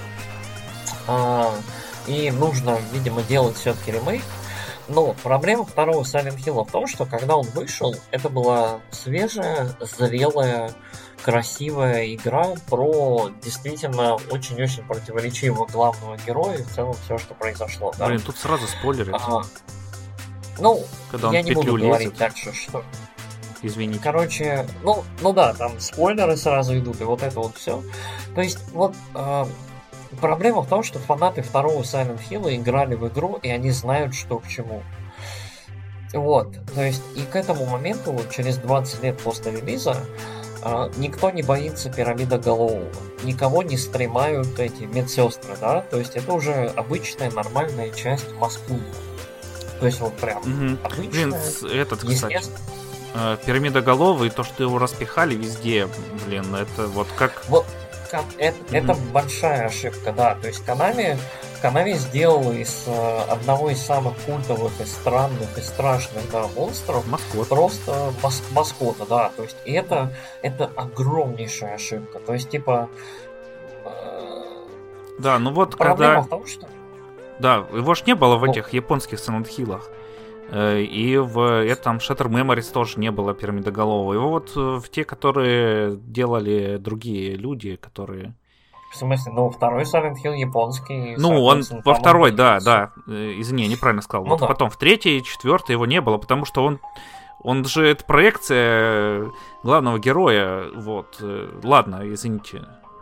Speaker 1: А, и нужно, видимо, делать все-таки ремейк. Но проблема второго Silent Hill в том, что когда он вышел, это была свежая, зрелая, красивая игра про действительно очень-очень противоречивого главного героя и в целом все, что произошло. Да?
Speaker 2: Блин, тут сразу спойлеры.
Speaker 1: А, ну,
Speaker 2: когда
Speaker 1: я
Speaker 2: он
Speaker 1: не буду
Speaker 2: лезет.
Speaker 1: говорить дальше, что...
Speaker 2: Извините.
Speaker 1: Короче, ну, ну да, там спойлеры сразу идут, и вот это вот все. То есть, вот, э, проблема в том, что фанаты второго Silent Hill играли в игру, и они знают, что к чему. Вот, то есть, и к этому моменту, через двадцать лет после релиза, э, никто не боится пирамидоголового, никого не стремают эти медсестры, да, то есть это уже обычная нормальная часть Москвы. То есть вот прям
Speaker 2: Угу.
Speaker 1: обычная.
Speaker 2: Блин, этот, кстати, э, пирамидоголовый, то, что его распихали везде, блин, это вот как...
Speaker 1: Вот, как, это,
Speaker 2: Угу.
Speaker 1: это большая ошибка, да, то есть Konami, Konami сделал из э, одного из самых культовых и странных и страшных, да, монстров
Speaker 2: Маскот.
Speaker 1: просто мас- маскота, да, то есть и это, это огромнейшая ошибка, то есть типа э,
Speaker 2: Да, ну вот
Speaker 1: проблема
Speaker 2: когда...
Speaker 1: в том, что
Speaker 2: Да, его ж не было в
Speaker 1: Ну.
Speaker 2: этих японских Silent Hill'ах. Э, И в этом Shattered Memories тоже не было пирамидоголового. Его вот э, в те, которые делали другие люди, которые...
Speaker 1: в смысле, ну второй Silent Hill японский,
Speaker 2: Ну, он
Speaker 1: соответственно,
Speaker 2: во
Speaker 1: там
Speaker 2: второй,
Speaker 1: он
Speaker 2: да,
Speaker 1: появился.
Speaker 2: да. Э, Извини, неправильно сказал.
Speaker 1: Ну
Speaker 2: Вот
Speaker 1: да.
Speaker 2: потом в третьей, четвертой его не было, потому что он... Он же это проекция главного героя. Вот. Э, Ладно, извините.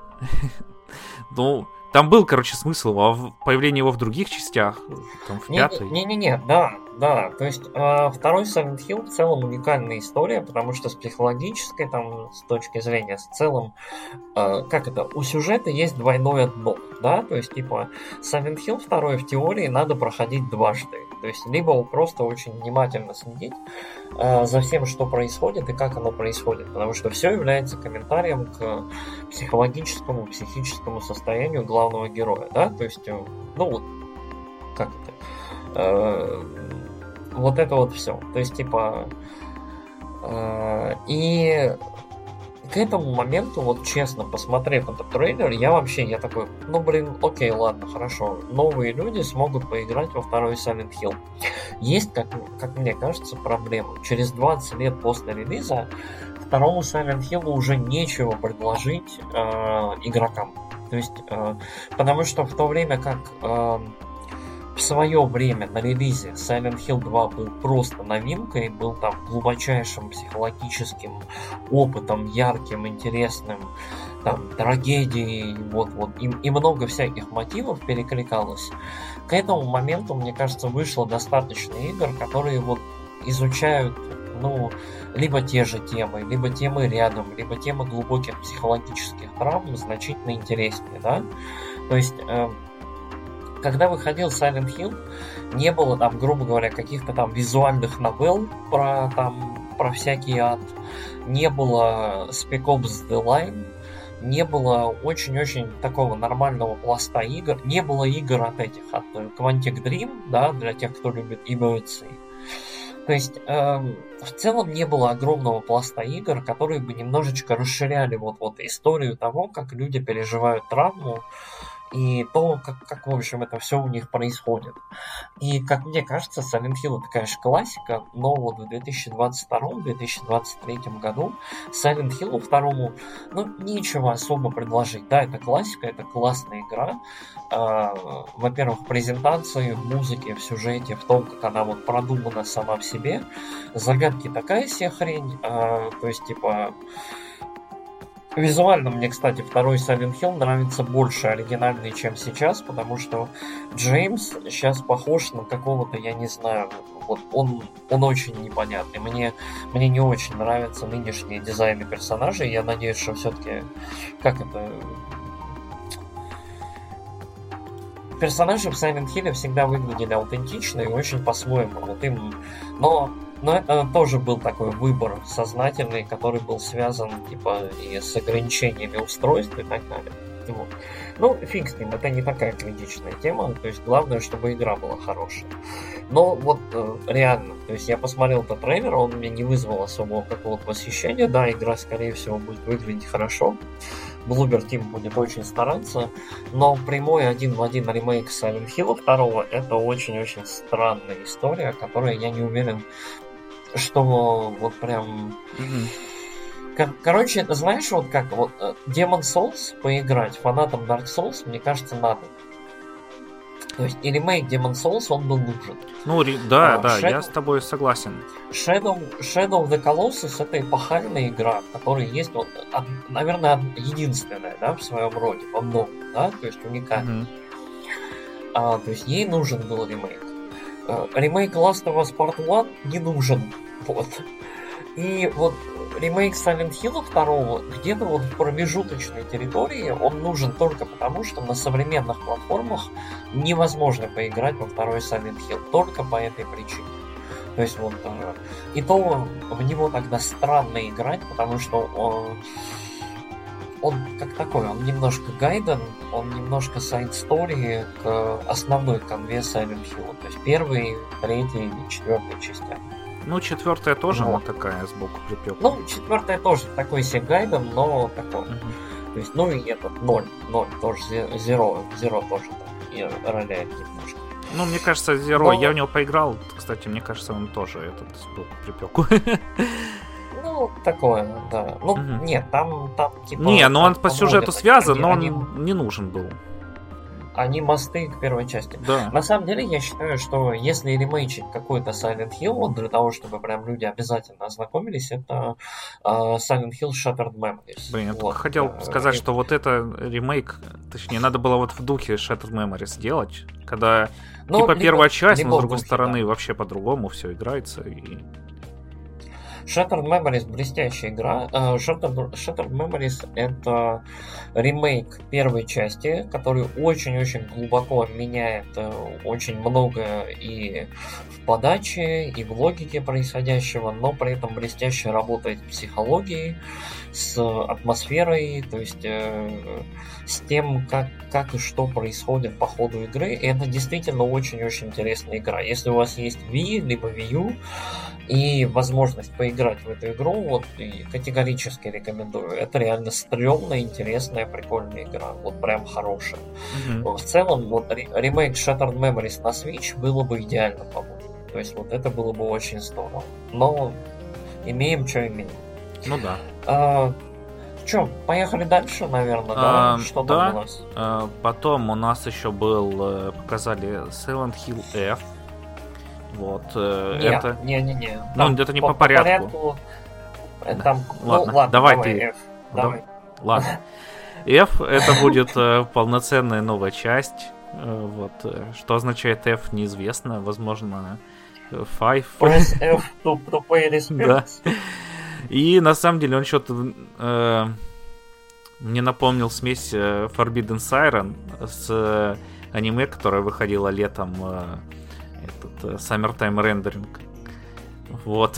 Speaker 2: Ну, там был, короче, смысл, а в- появление его в других частях, там в пятой.
Speaker 1: Не-не-не, да, да, то есть э, второй Silent Hill в целом уникальная история, потому что с психологической, там, с точки зрения, в целом, э, как это, у сюжета есть двойное дно, да, то есть, типа, Silent Hill второй в теории надо проходить дважды, то есть, либо просто очень внимательно следить э, за всем, что происходит и как оно происходит, потому что все является комментарием к психологическому, психическому состоянию главного героя, да, то есть, э, ну вот, как это, Э, вот это вот все. То есть, типа, э, и к этому моменту, вот честно, посмотрев этот трейлер, я вообще, я такой, ну блин, окей, ладно, хорошо, новые люди смогут поиграть во второй Silent Hill. Есть, как, как мне кажется, проблема. Через двадцать лет после релиза второму Silent Hill уже нечего предложить э, игрокам. То есть, э, потому что в то время как э, в свое время на релизе Silent Hill два был просто новинкой, был там глубочайшим психологическим опытом, ярким, интересным, там, трагедией, вот-вот, и, и много всяких мотивов перекликалось. К этому моменту, мне кажется, вышло достаточно игр, которые вот изучают, ну, либо те же темы, либо темы рядом, либо темы глубоких психологических травм значительно интереснее, да? То есть... Э, когда выходил Silent Hill, не было там, грубо говоря, каких-то там визуальных новелл про там про всякий ад, не было Spec Ops The Line, не было очень-очень такого нормального пласта игр, не было игр от этих, от Quantic Dream, да, для тех, кто любит эмоции. То есть, эм, в целом не было огромного пласта игр, которые бы немножечко расширяли вот, вот историю того, как люди переживают травму, и то, как, как, в общем, это все у них происходит. И, как мне кажется, Silent Hill это, конечно, классика, но вот в две тысячи двадцать втором - две тысячи двадцать третьем году Silent Hill второму, ну, нечего особо предложить. Да, это классика, это классная игра. Э, во-первых, в презентации, в музыке, в сюжете, в том, как она вот продумана сама в себе. Загадки такая себе хрень, э, то есть, типа... Визуально мне, кстати, второй Silent Hill нравится больше оригинальный, чем сейчас, потому что Джеймс сейчас похож на какого-то, я не знаю, вот он, он очень непонятный. Мне, мне не очень нравятся нынешние дизайны персонажей. Я надеюсь, что все-таки, как это... Персонажи в Silent Hill всегда выглядели аутентично и очень по-своему. Вот им... Но... Но это тоже был такой выбор сознательный, который был связан типа и с ограничениями устройств и так далее. Вот. Ну, фиг с ним, это не такая критичная тема, то есть главное, чтобы игра была хорошая. Но вот э, реально, то есть я посмотрел этот трейлер, он мне не вызвал особого какого-то восхищения, да, игра, скорее всего, будет выглядеть хорошо, Bloober Team будет очень стараться, но прямой один в один ремейк Silent Hill два это очень-очень странная история, которая, я не уверен, что вот прям...
Speaker 2: Mm-hmm.
Speaker 1: Короче, это знаешь, вот как вот Demon Souls поиграть фанатам Dark Souls, мне кажется, надо. То есть и ремейк Demon's Souls, он был нужен.
Speaker 2: Ну, да,
Speaker 1: а,
Speaker 2: да,
Speaker 1: Shadow...
Speaker 2: я с тобой согласен.
Speaker 1: Shadow, Shadow of the Colossus — это эпохальная игра, которая есть, вот, од... наверное, единственная, да, в своем роде, во многом, да, то есть уникальная. Mm-hmm. А, то есть ей нужен был ремейк. А, ремейк Last of Us Part один не нужен. Вот. И вот ремейк Silent Hill два где-то вот в промежуточной территории он нужен только потому, что на современных платформах невозможно поиграть во второй Silent Hill. Только по этой причине. То есть вот и то в него тогда странно играть, потому что он, он как такой, он немножко гайден, он немножко сайд-стори к основной конве Silent Hill. То есть первый, третий и четвертый частям.
Speaker 2: Ну, четвертая тоже вот. Она такая сбоку припёк.
Speaker 1: Ну, четвертая тоже такой себе гайден, но такой. Uh-huh. То есть, ну и этот ноль, ноль тоже, зеро, зеро тоже там и роляет немножко.
Speaker 2: Ну, мне кажется, зеро, но... я в него поиграл, кстати, мне кажется, он тоже этот сбоку припёк.
Speaker 1: Ну, такое, да. Ну, uh-huh. нет, там, там типа...
Speaker 2: Не, ну он по сюжету связан, но он они... не нужен был.
Speaker 1: Они мосты к первой части.
Speaker 2: Да.
Speaker 1: На самом деле, я считаю, что если ремейчить какой-то Silent Hill, вот для того, чтобы прям люди обязательно ознакомились, это uh, Silent Hill Shattered Memories.
Speaker 2: Блин, я
Speaker 1: вот.
Speaker 2: только хотел
Speaker 1: uh,
Speaker 2: сказать,
Speaker 1: и...
Speaker 2: что вот это ремейк, точнее, надо было вот в духе Shattered Memories сделать, когда ну, типа либо, первая часть, но с другой духе, стороны да. вообще по-другому все играется и...
Speaker 1: Shattered Memories — блестящая игра. Uh, Shattered, Shattered Memories — это ремейк первой части, который очень-очень глубоко меняет uh, очень много и в подаче, и в логике происходящего, но при этом блестяще работает с психологией, с атмосферой, то есть uh, с тем, как, как и что происходит по ходу игры. И это действительно очень-очень интересная игра. Если у вас есть Wii, либо Wii U, и возможность поиграть в эту игру, вот, и категорически рекомендую. Это реально стрёмная, интересная, прикольная игра. Вот прям хорошая. Mm-hmm. В целом, вот ремейк Shattered Memories на Switch было бы идеально, по-моему. То есть вот это было бы очень здорово. Но имеем, что имеем.
Speaker 2: Ну да.
Speaker 1: А, Че, поехали дальше, наверное, да?
Speaker 2: А,
Speaker 1: что
Speaker 2: да.
Speaker 1: там у нас?
Speaker 2: А, потом у нас еще был, показали Silent Hill F. Вот, э,
Speaker 1: не,
Speaker 2: это...
Speaker 1: Не-не-не.
Speaker 2: Ну, это не по, по порядку.
Speaker 1: порядку. Там...
Speaker 2: Ладно,
Speaker 1: ну, ладно,
Speaker 2: давай,
Speaker 1: давай
Speaker 2: ты.
Speaker 1: F. Давай.
Speaker 2: Ладно. F это будет э, полноценная новая часть. Э, вот, э, что означает F, неизвестно. Возможно, five.
Speaker 1: Press F to, to pay respect.
Speaker 2: Да. И на самом деле он что-то э, мне напомнил смесь э, Forbidden Siren с э, аниме, которое выходило летом. Э, Этот, Summertime Rendering. Вот.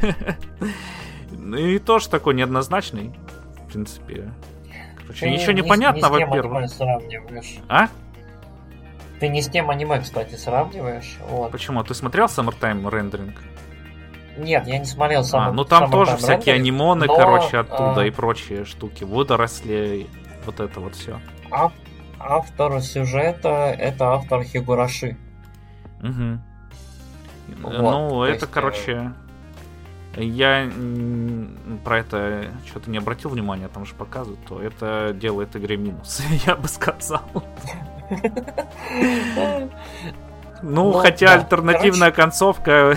Speaker 2: И тоже такой неоднозначный. В принципе. Короче,
Speaker 1: ты
Speaker 2: ничего
Speaker 1: не,
Speaker 2: не понятно,
Speaker 1: не с тем
Speaker 2: во-первых.
Speaker 1: аниме сравниваешь.
Speaker 2: А?
Speaker 1: Ты не с тем аниме, кстати, сравниваешь. Вот.
Speaker 2: Почему? Ты смотрел Summertime Rendering?
Speaker 1: Нет, я не смотрел Summer,
Speaker 2: а, ну там
Speaker 1: Summertime
Speaker 2: тоже
Speaker 1: Rendering,
Speaker 2: всякие анимоны,
Speaker 1: но,
Speaker 2: короче, оттуда
Speaker 1: а...
Speaker 2: и прочие штуки. Водоросли, вот это вот все.
Speaker 1: А... Автор сюжета — это автор Хигураши.
Speaker 2: Угу.
Speaker 1: Вот,
Speaker 2: ну, это,
Speaker 1: есть,
Speaker 2: короче, я про это что-то не обратил внимания, там же показывают, то это делает игре минус, я бы сказал. Ну, хотя альтернативная концовка,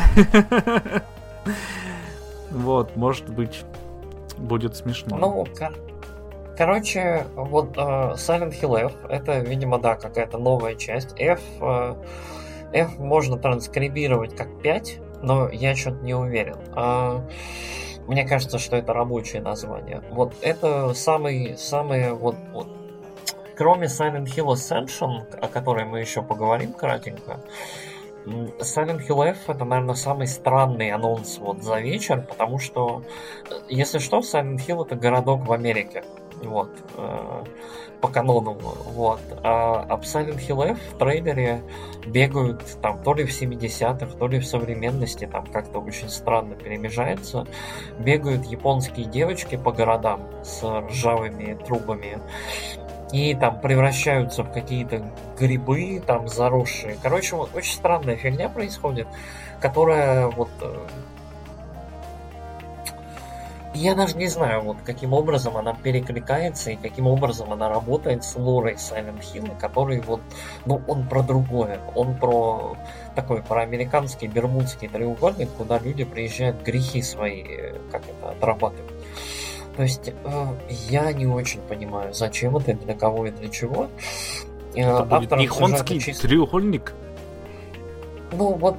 Speaker 2: вот, может быть, будет смешно.
Speaker 1: Ну, короче, вот Silent Hill F — это, видимо, да, какая-то новая часть. F F можно транскрибировать как пять, но я что-то не уверен. А, мне кажется, что это рабочее название. Вот это самый, самый вот, вот. Кроме Silent Hill Ascension, о которой мы еще поговорим кратенько, Silent Hill F — это, наверное, самый странный анонс вот за вечер, потому что, если что, Silent Hill — это городок в Америке. Вот, э, по канону, вот. А, а в Silent Hill F в трейлере бегают там то ли в семидесятых, то ли в современности, там как-то очень странно перемежается. Бегают японские девочки по городам с ржавыми трубами и там превращаются в какие-то грибы, там заросшие. Короче, вот очень странная фигня происходит, которая вот... Я даже не знаю, вот каким образом она перекликается и каким образом она работает с лорой Silent Hill, который вот, ну, он про другое. Он про такой, про американский бермудский треугольник, куда люди приезжают грехи свои, как это, отрабатывать. То есть э, я не очень понимаю, зачем это, для кого и для чего.
Speaker 2: Это будет нихонский чисто... треугольник?
Speaker 1: Ну вот...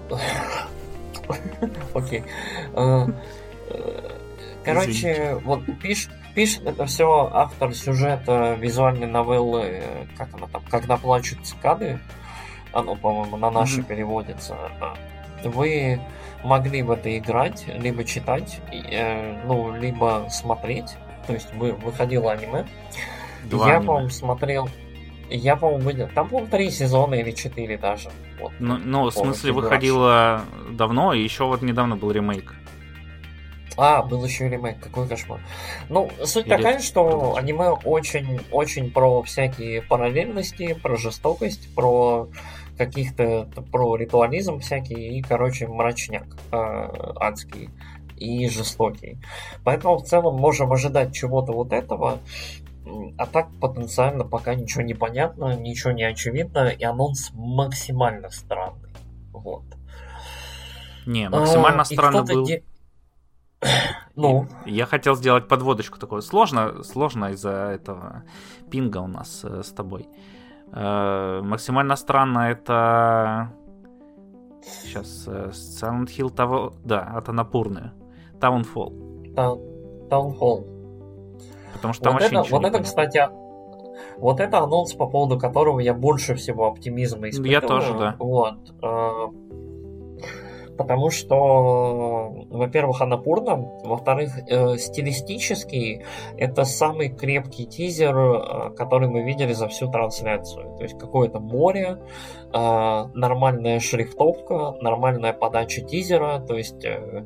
Speaker 1: Окей. Короче, Извините. вот пиш, пишет это все автор сюжета визуальной новеллы, как она там, «Когда плачут цикады», оно, по-моему, на наши mm-hmm. переводится. Вы могли в это играть, либо читать, ну, либо смотреть. То есть вы, выходило аниме. Два я, аниме. по-моему, смотрел... Я, по-моему, выделил... Там, по-моему, три сезона или четыре даже. Вот,
Speaker 2: ну, ну в смысле, выходило давно, и еще вот недавно был ремейк.
Speaker 1: А, был еще и ремейк, какой кошмар. Ну, суть Или такая, что продолжим. Аниме очень-очень про всякие параллельности, про жестокость, про каких-то, про ритуализм всякий и, короче, мрачняк э, адский и жестокий. Поэтому в целом можем ожидать чего-то вот этого, а так потенциально пока ничего не понятно, ничего не очевидно, и анонс максимально странный. Вот.
Speaker 2: Не, максимально а, странно был... Де...
Speaker 1: Ну.
Speaker 2: Я хотел сделать подводочку такую. Сложно, сложно из-за этого пинга у нас э, с тобой. Э, максимально странно это... Сейчас, э, Silent Hill того... Да, это Напурны. Townfall.
Speaker 1: Townfall.
Speaker 2: Потому что там
Speaker 1: вот
Speaker 2: вообще
Speaker 1: это,
Speaker 2: ничего
Speaker 1: вот
Speaker 2: не
Speaker 1: это,
Speaker 2: понятно.
Speaker 1: Кстати, вот это анонс, по поводу которого я больше всего оптимизма испытываю.
Speaker 2: Я тоже, да.
Speaker 1: Вот. Э, потому что, во-первых, Анапурна, во-вторых, э, стилистически это самый крепкий тизер, э, который мы видели за всю трансляцию. То есть какое-то море, э, нормальная шрифтовка, нормальная подача тизера, то есть... Э,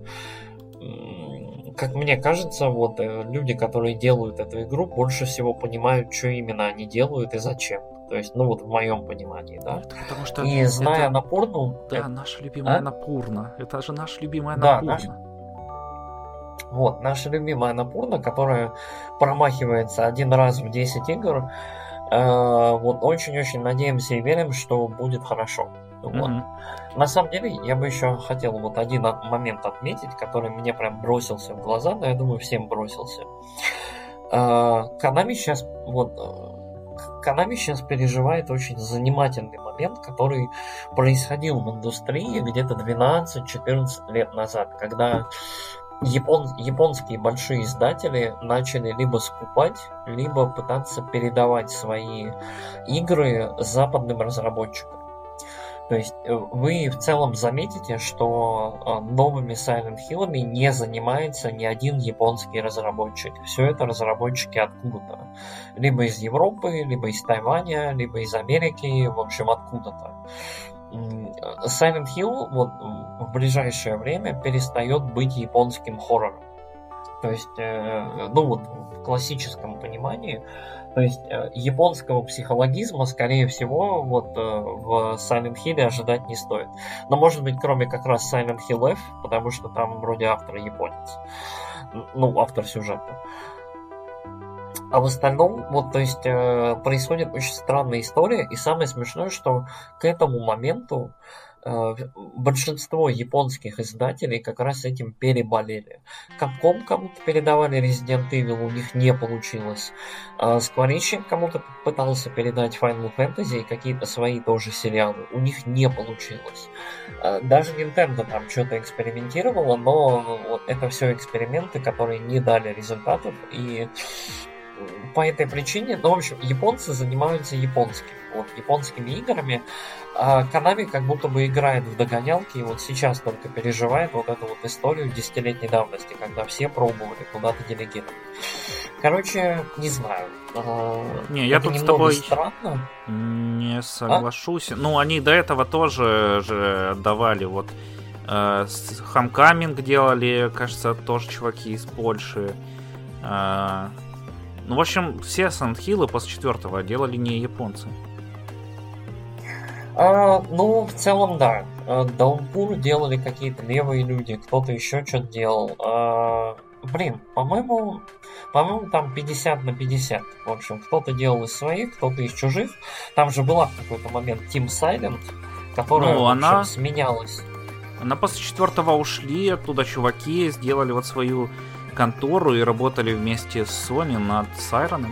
Speaker 1: как мне кажется, вот люди, которые делают эту игру, больше всего понимают, что именно они делают и зачем. То есть, ну вот в моем понимании, да.
Speaker 2: Это потому что
Speaker 1: и зная
Speaker 2: это...
Speaker 1: Напурну...
Speaker 2: Да,
Speaker 1: это...
Speaker 2: наша любимая а? Напурна. Это же наша любимая
Speaker 1: да,
Speaker 2: Напурна.
Speaker 1: Наш... Вот, наша любимая Напурна, которая промахивается один раз в десять игр. Э, вот очень-очень надеемся и верим, что будет хорошо. Вот. Mm-hmm. На самом деле, я бы еще хотел вот один момент отметить, который мне прям бросился в глаза, но я думаю, всем бросился. Konami сейчас вот Konami сейчас переживает очень занимательный момент, который происходил в индустрии где-то двенадцать-четырнадцать лет назад, когда япон, японские большие издатели начали либо скупать, либо пытаться передавать свои игры западным разработчикам. То есть вы в целом заметите, что новыми Silent Hill'ами не занимается ни один японский разработчик. Все это разработчики откуда-то. Либо из Европы, либо из Тайваня, либо из Америки, в общем, откуда-то. Silent Hill вот в ближайшее время перестает быть японским хоррором. То есть, ну вот в классическом понимании, то есть японского психологизма, скорее всего, вот в Silent Hill ожидать не стоит. Но может быть, кроме как раз Silent Hill F, потому что там вроде автор японец. Ну, автор сюжета. А в остальном, вот, то есть, происходит очень странная история, и самое смешное, что к этому моменту большинство японских издателей как раз этим переболели. Capcom кому-то передавали Resident Evil, у них не получилось. Square Enix кому-то пытался передать Final Fantasy и какие-то свои тоже сериалы, у них не получилось. Даже Nintendo там что-то экспериментировала, но вот это все эксперименты, которые не дали результатов, и по этой причине, ну, в общем, японцы занимаются японским, вот, японскими играми, а Konami как будто бы играет в догонялки, и вот сейчас только переживает вот эту вот историю десятилетней давности, когда все пробовали куда-то делегировать. Короче, не знаю.
Speaker 2: Не, я тут с тобой странно. Не соглашусь. А? Ну, они до этого тоже же давали вот э, Homecoming делали, кажется, тоже чуваки из Польши. Э, Ну, в общем, все Silent Hill'ы после четвертого делали не японцы.
Speaker 1: А, ну, в целом, да. Downpour делали какие-то левые люди, кто-то еще что-то делал. А, блин, по-моему, по-моему, там пятьдесят на пятьдесят. В общем, кто-то делал из своих, кто-то из чужих. Там же была в какой-то момент Team Silent, которая,
Speaker 2: ну,
Speaker 1: в общем,
Speaker 2: она...
Speaker 1: сменялась.
Speaker 2: Она после четвертого ушли, оттуда чуваки сделали вот свою контору и работали вместе с Sony над Siren.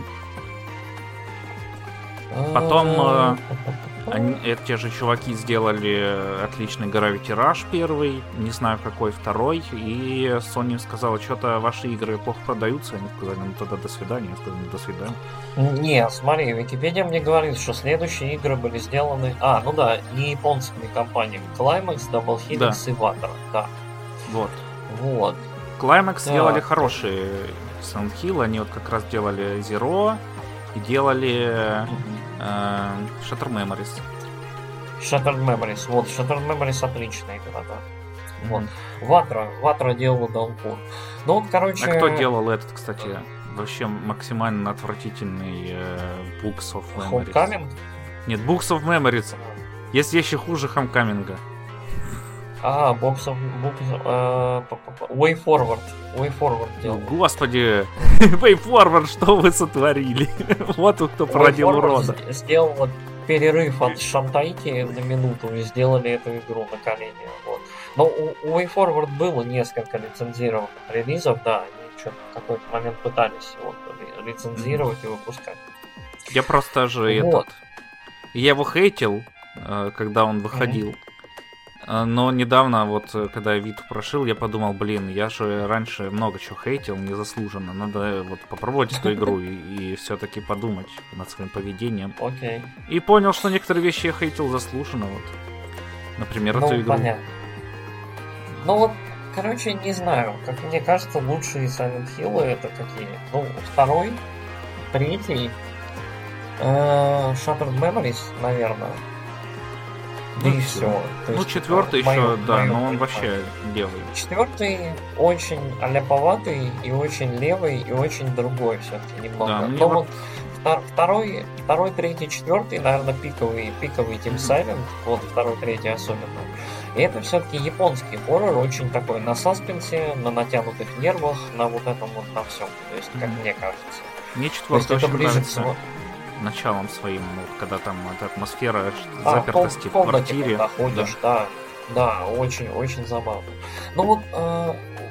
Speaker 2: Потом э, они, эти же чуваки сделали отличный Gravity Rush первый, не знаю какой второй, и Sony сказала, что-то ваши игры плохо продаются, они сказали, ну тогда до свидания, они сказали, до свидания.
Speaker 1: Не, смотри, Википедия мне говорит, что следующие игры были сделаны, а, ну да, не японскими компаниями, Climax, Double Helix да. и Water, да.
Speaker 2: Вот.
Speaker 1: Вот.
Speaker 2: Climax сделали хорошие Silent Hill, они вот как раз делали Zero и делали mm-hmm. э, Shattered Memories.
Speaker 1: Shattered Memories, вот, Shattered Memories отличная игра, да. Mm-hmm. Вот. Ватра, Ватра делала Downpour. Ну вот, короче...
Speaker 2: А кто делал этот, кстати, вообще максимально отвратительный э, Books of Memories?
Speaker 1: Homecoming?
Speaker 2: Нет, Books of Memories. Есть вещи хуже Homecoming.
Speaker 1: А, Books of... Books, uh, Way Forward. Way Forward делал.
Speaker 2: Ну, господи, Way Forward, что вы сотворили? Вот кто породил урода.
Speaker 1: Сделал вот перерыв от Шантайки на минуту и сделали эту игру на колени. Вот. Но у, у Way Forward было несколько лицензированных релизов, да, они что-то в какой-то момент пытались вот, лицензировать и выпускать.
Speaker 2: Я просто же вот. этот... Я его хейтил, когда он выходил. Mm-hmm. Но недавно, вот, когда я Виту прошил, я подумал, блин, я же раньше много чего хейтил, незаслуженно. Надо вот попробовать эту игру и, и все-таки подумать над своим поведением.
Speaker 1: Окей.
Speaker 2: И понял, что некоторые вещи я хейтил заслуженно, вот. Например,
Speaker 1: ну,
Speaker 2: эту игру.
Speaker 1: Понятно. Ну вот, короче, не знаю. Как мне кажется, лучшие Silent Hill это какие? Ну, второй, третий, э, Shattered Memories, наверное. Да ну, и все.
Speaker 2: Ну, четвертый еще, мое, да, мое но он вообще левый.
Speaker 1: Четвертый очень аляповатый и очень левый, и очень другой все-таки немного. Да, но вот вот второй, второй, третий, четвертый, наверное, пиковый, пиковый Team Silent, вот второй, третий особенно. И это все-таки японский хоррор, очень такой на саспенсе, на натянутых нервах, на вот этом вот на всем. То есть, как мне кажется.
Speaker 2: Мне четвертый очень ближе всего началом своим, вот, когда там эта атмосфера а, запертости в, в квартире.
Speaker 1: Ходишь, да. да, да, очень, очень забавно. Ну вот, э,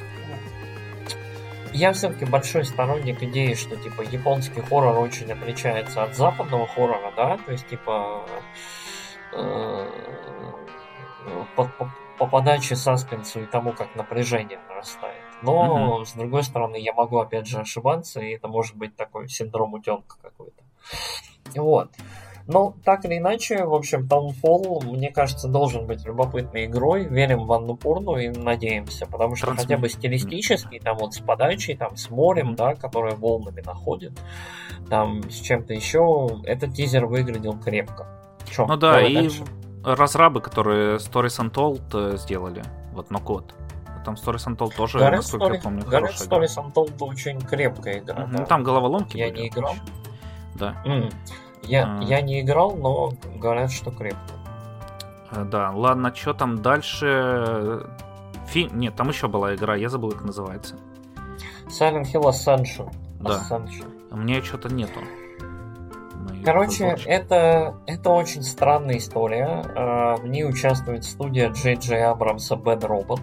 Speaker 1: я все-таки большой сторонник идеи, что типа японский хоррор очень отличается от западного хоррора, да, то есть типа э, по, по, по подаче саспенсу и тому, как напряжение нарастает. Но, mm-hmm. с другой стороны, я могу опять же ошибаться, и это может быть такой синдром утенка какой-то. Вот. Но так или иначе, в общем, Townfall, мне кажется, должен быть любопытной игрой. Верим в Аннупурну и надеемся, потому что Трансмит. хотя бы стилистически, там вот с подачей, там с морем, да, которое волнами находит, там с чем-то еще, этот тизер выглядел крепко. Чё,
Speaker 2: ну да, и дальше? Разрабы, которые Stories Untold сделали, вот Нокод. Там Stories Untold тоже,
Speaker 1: Gareth
Speaker 2: насколько
Speaker 1: Story,
Speaker 2: я помню,
Speaker 1: Gareth
Speaker 2: хорошая
Speaker 1: Stories Untold очень крепкая игра.
Speaker 2: Mm-hmm.
Speaker 1: Да.
Speaker 2: Ну там головоломки
Speaker 1: Я
Speaker 2: были,
Speaker 1: не играл.
Speaker 2: Да.
Speaker 1: Mm. Я,
Speaker 2: а...
Speaker 1: я не играл, но говорят, что крепко.
Speaker 2: Да, ладно, что там дальше? Фи... Нет, там еще была игра, я забыл, как называется.
Speaker 1: Silent Hill Ascension.
Speaker 2: Да.
Speaker 1: Ascension.
Speaker 2: У меня что-то нету.
Speaker 1: Короче, это, это очень странная история. В ней участвует студия Джей Джей Абрамса Bad Robot.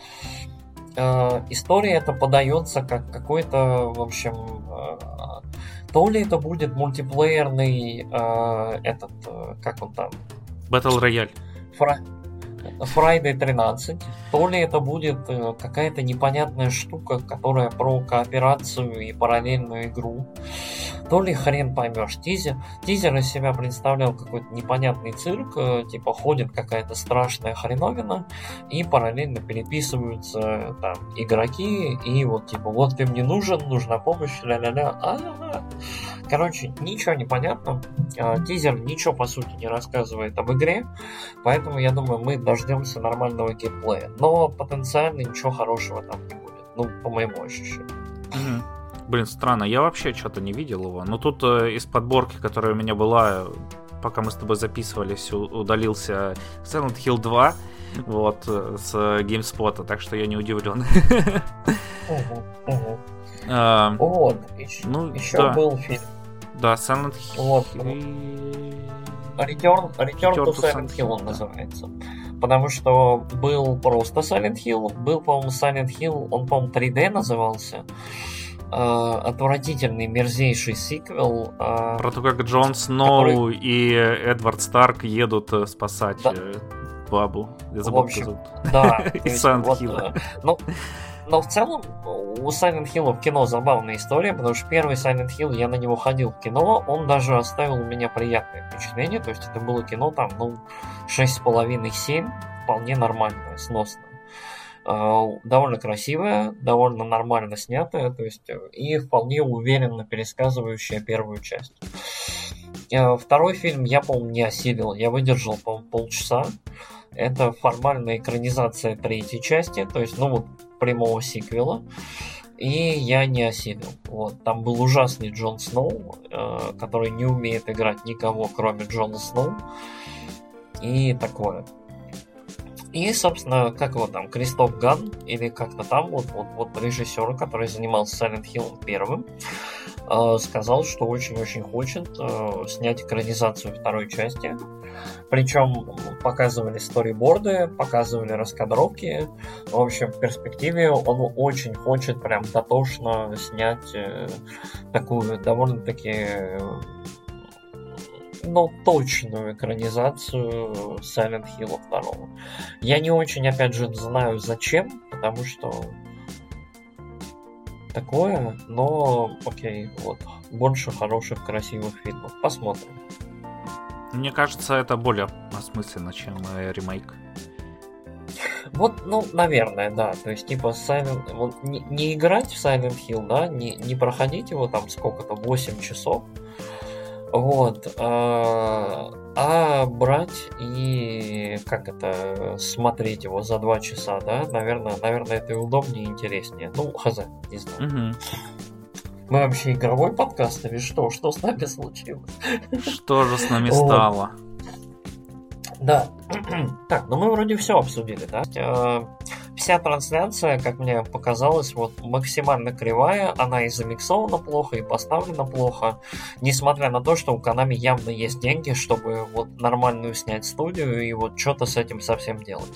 Speaker 1: История эта подается как какой-то, в общем, то ли это будет мультиплеерный этот, как он там?
Speaker 2: Battle Royale.
Speaker 1: Фра... Friday тринадцать, то ли это будет какая-то непонятная штука, которая про кооперацию и параллельную игру, то ли хрен поймешь. Тизер, тизер из себя представлял какой-то непонятный цирк, типа ходит какая-то страшная хреновина, и параллельно переписываются там игроки, и вот типа вот ты мне нужен, нужна помощь, ля-ля-ля. А-а-а. Короче, ничего не понятно. Тизер ничего по сути не рассказывает об игре, поэтому я думаю, мы дождемся нормального геймплея. Но потенциально ничего хорошего там не будет. Ну, по моему ощущению.
Speaker 2: Mm-hmm. Блин, странно, я вообще что-то не видел его. Но тут э, из подборки, которая у меня была, пока мы с тобой записывались, удалился Silent Hill два, вот, с GameSpot, так что я не удивлен.
Speaker 1: Угу, угу.
Speaker 2: А,
Speaker 1: вот, еще,
Speaker 2: ну,
Speaker 1: еще
Speaker 2: да.
Speaker 1: был фильм.
Speaker 2: Да, Silent Hill.
Speaker 1: Вот. Return, Return, Return to, to Silent Hill он да. называется. Потому что был просто Silent Hill, был, по-моему, Silent Hill, он, по-моему, три дэ назывался. Uh, отвратительный, мерзейший сиквел. Uh,
Speaker 2: Про то, как Джон Сноу
Speaker 1: который...
Speaker 2: и Эдвард Старк едут спасать да. бабу. Я забыл, как зовут.
Speaker 1: Да.
Speaker 2: Из Silent Hill.
Speaker 1: Но, но в целом у Silent Hill в кино забавная история, потому что первый Silent Hill, я на него ходил в кино, он даже оставил у меня приятное впечатление, то есть это было кино там, ну, шесть с половиной - семь, вполне нормальное, сносное. Довольно красивая, довольно нормально снятая, то есть и вполне уверенно пересказывающая первую часть. Второй фильм я, по-моему, не осилил, я выдержал, по-моему, полчаса. Это формальная экранизация третьей части, то есть, ну вот, прямого сиквела. И я не осилил. Вот. Там был ужасный Джон Сноу, который не умеет играть никого, кроме Джона Сноу. И такое. И, собственно, как его там, Кристоф Ганн, или как-то там, вот, вот, вот режиссер, который занимался Silent Hill первым, э, сказал, что очень-очень хочет э, снять экранизацию второй части. Причем показывали сториборды, показывали раскадровки. В общем, в перспективе он очень хочет прям дотошно снять э, такую довольно-таки... но точную экранизацию Silent Hill два. Я не очень, опять же, знаю зачем, потому что такое, но окей, вот. Больше хороших, красивых фильмов. Посмотрим.
Speaker 2: Мне кажется, это более осмысленно, чем ремейк.
Speaker 1: Вот, ну, наверное, да. То есть, типа, Silent... вот, не, не играть в Silent Hill, да, не, не проходить его там сколько-то, восемь часов. Вот, а, а брать и как это смотреть его за два часа, да, наверное, наверное, это и удобнее и интереснее. Ну, хз, не знаю.
Speaker 2: Угу.
Speaker 1: Мы вообще игровой подкаст или что? Что с нами случилось?
Speaker 2: Что же с нами стало?
Speaker 1: Да. Так, ну мы вроде все обсудили, да? Вся трансляция, как мне показалось, вот максимально кривая, она и замиксована плохо, и поставлена плохо, несмотря на то, что у Konami явно есть деньги, чтобы вот нормальную снять студию и вот что-то с этим совсем делать.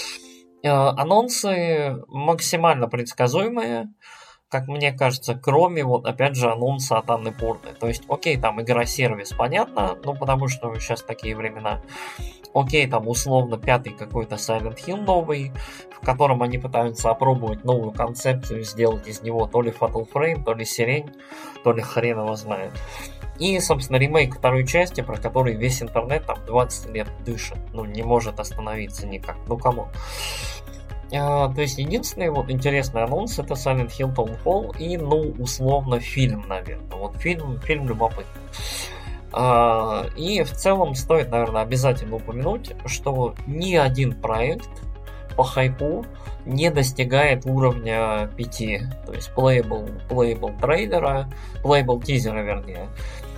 Speaker 1: Анонсы максимально предсказуемые, как мне кажется, кроме, вот, опять же, анонса от Анны Пурны. То есть, окей, там игра-сервис, понятно, ну, потому что сейчас такие времена. Окей, там, условно, пятый какой-то Silent Hill новый, в котором они пытаются опробовать новую концепцию, сделать из него то ли Fatal Frame, то ли Сирень, то ли хрен его знает. И, собственно, ремейк второй части, про который весь интернет там двадцать лет дышит, ну, не может остановиться никак. Ну, кому? Uh, то есть единственный вот интересный анонс — это Silent Hill Townfall и, ну, условно, фильм, наверное. Вот фильм, фильм любопытный. Uh, и в целом стоит, наверное, обязательно упомянуть, что ни один проект по хайпу не достигает уровня пяти. То есть playable, playable трейлера, playable тизера, вернее,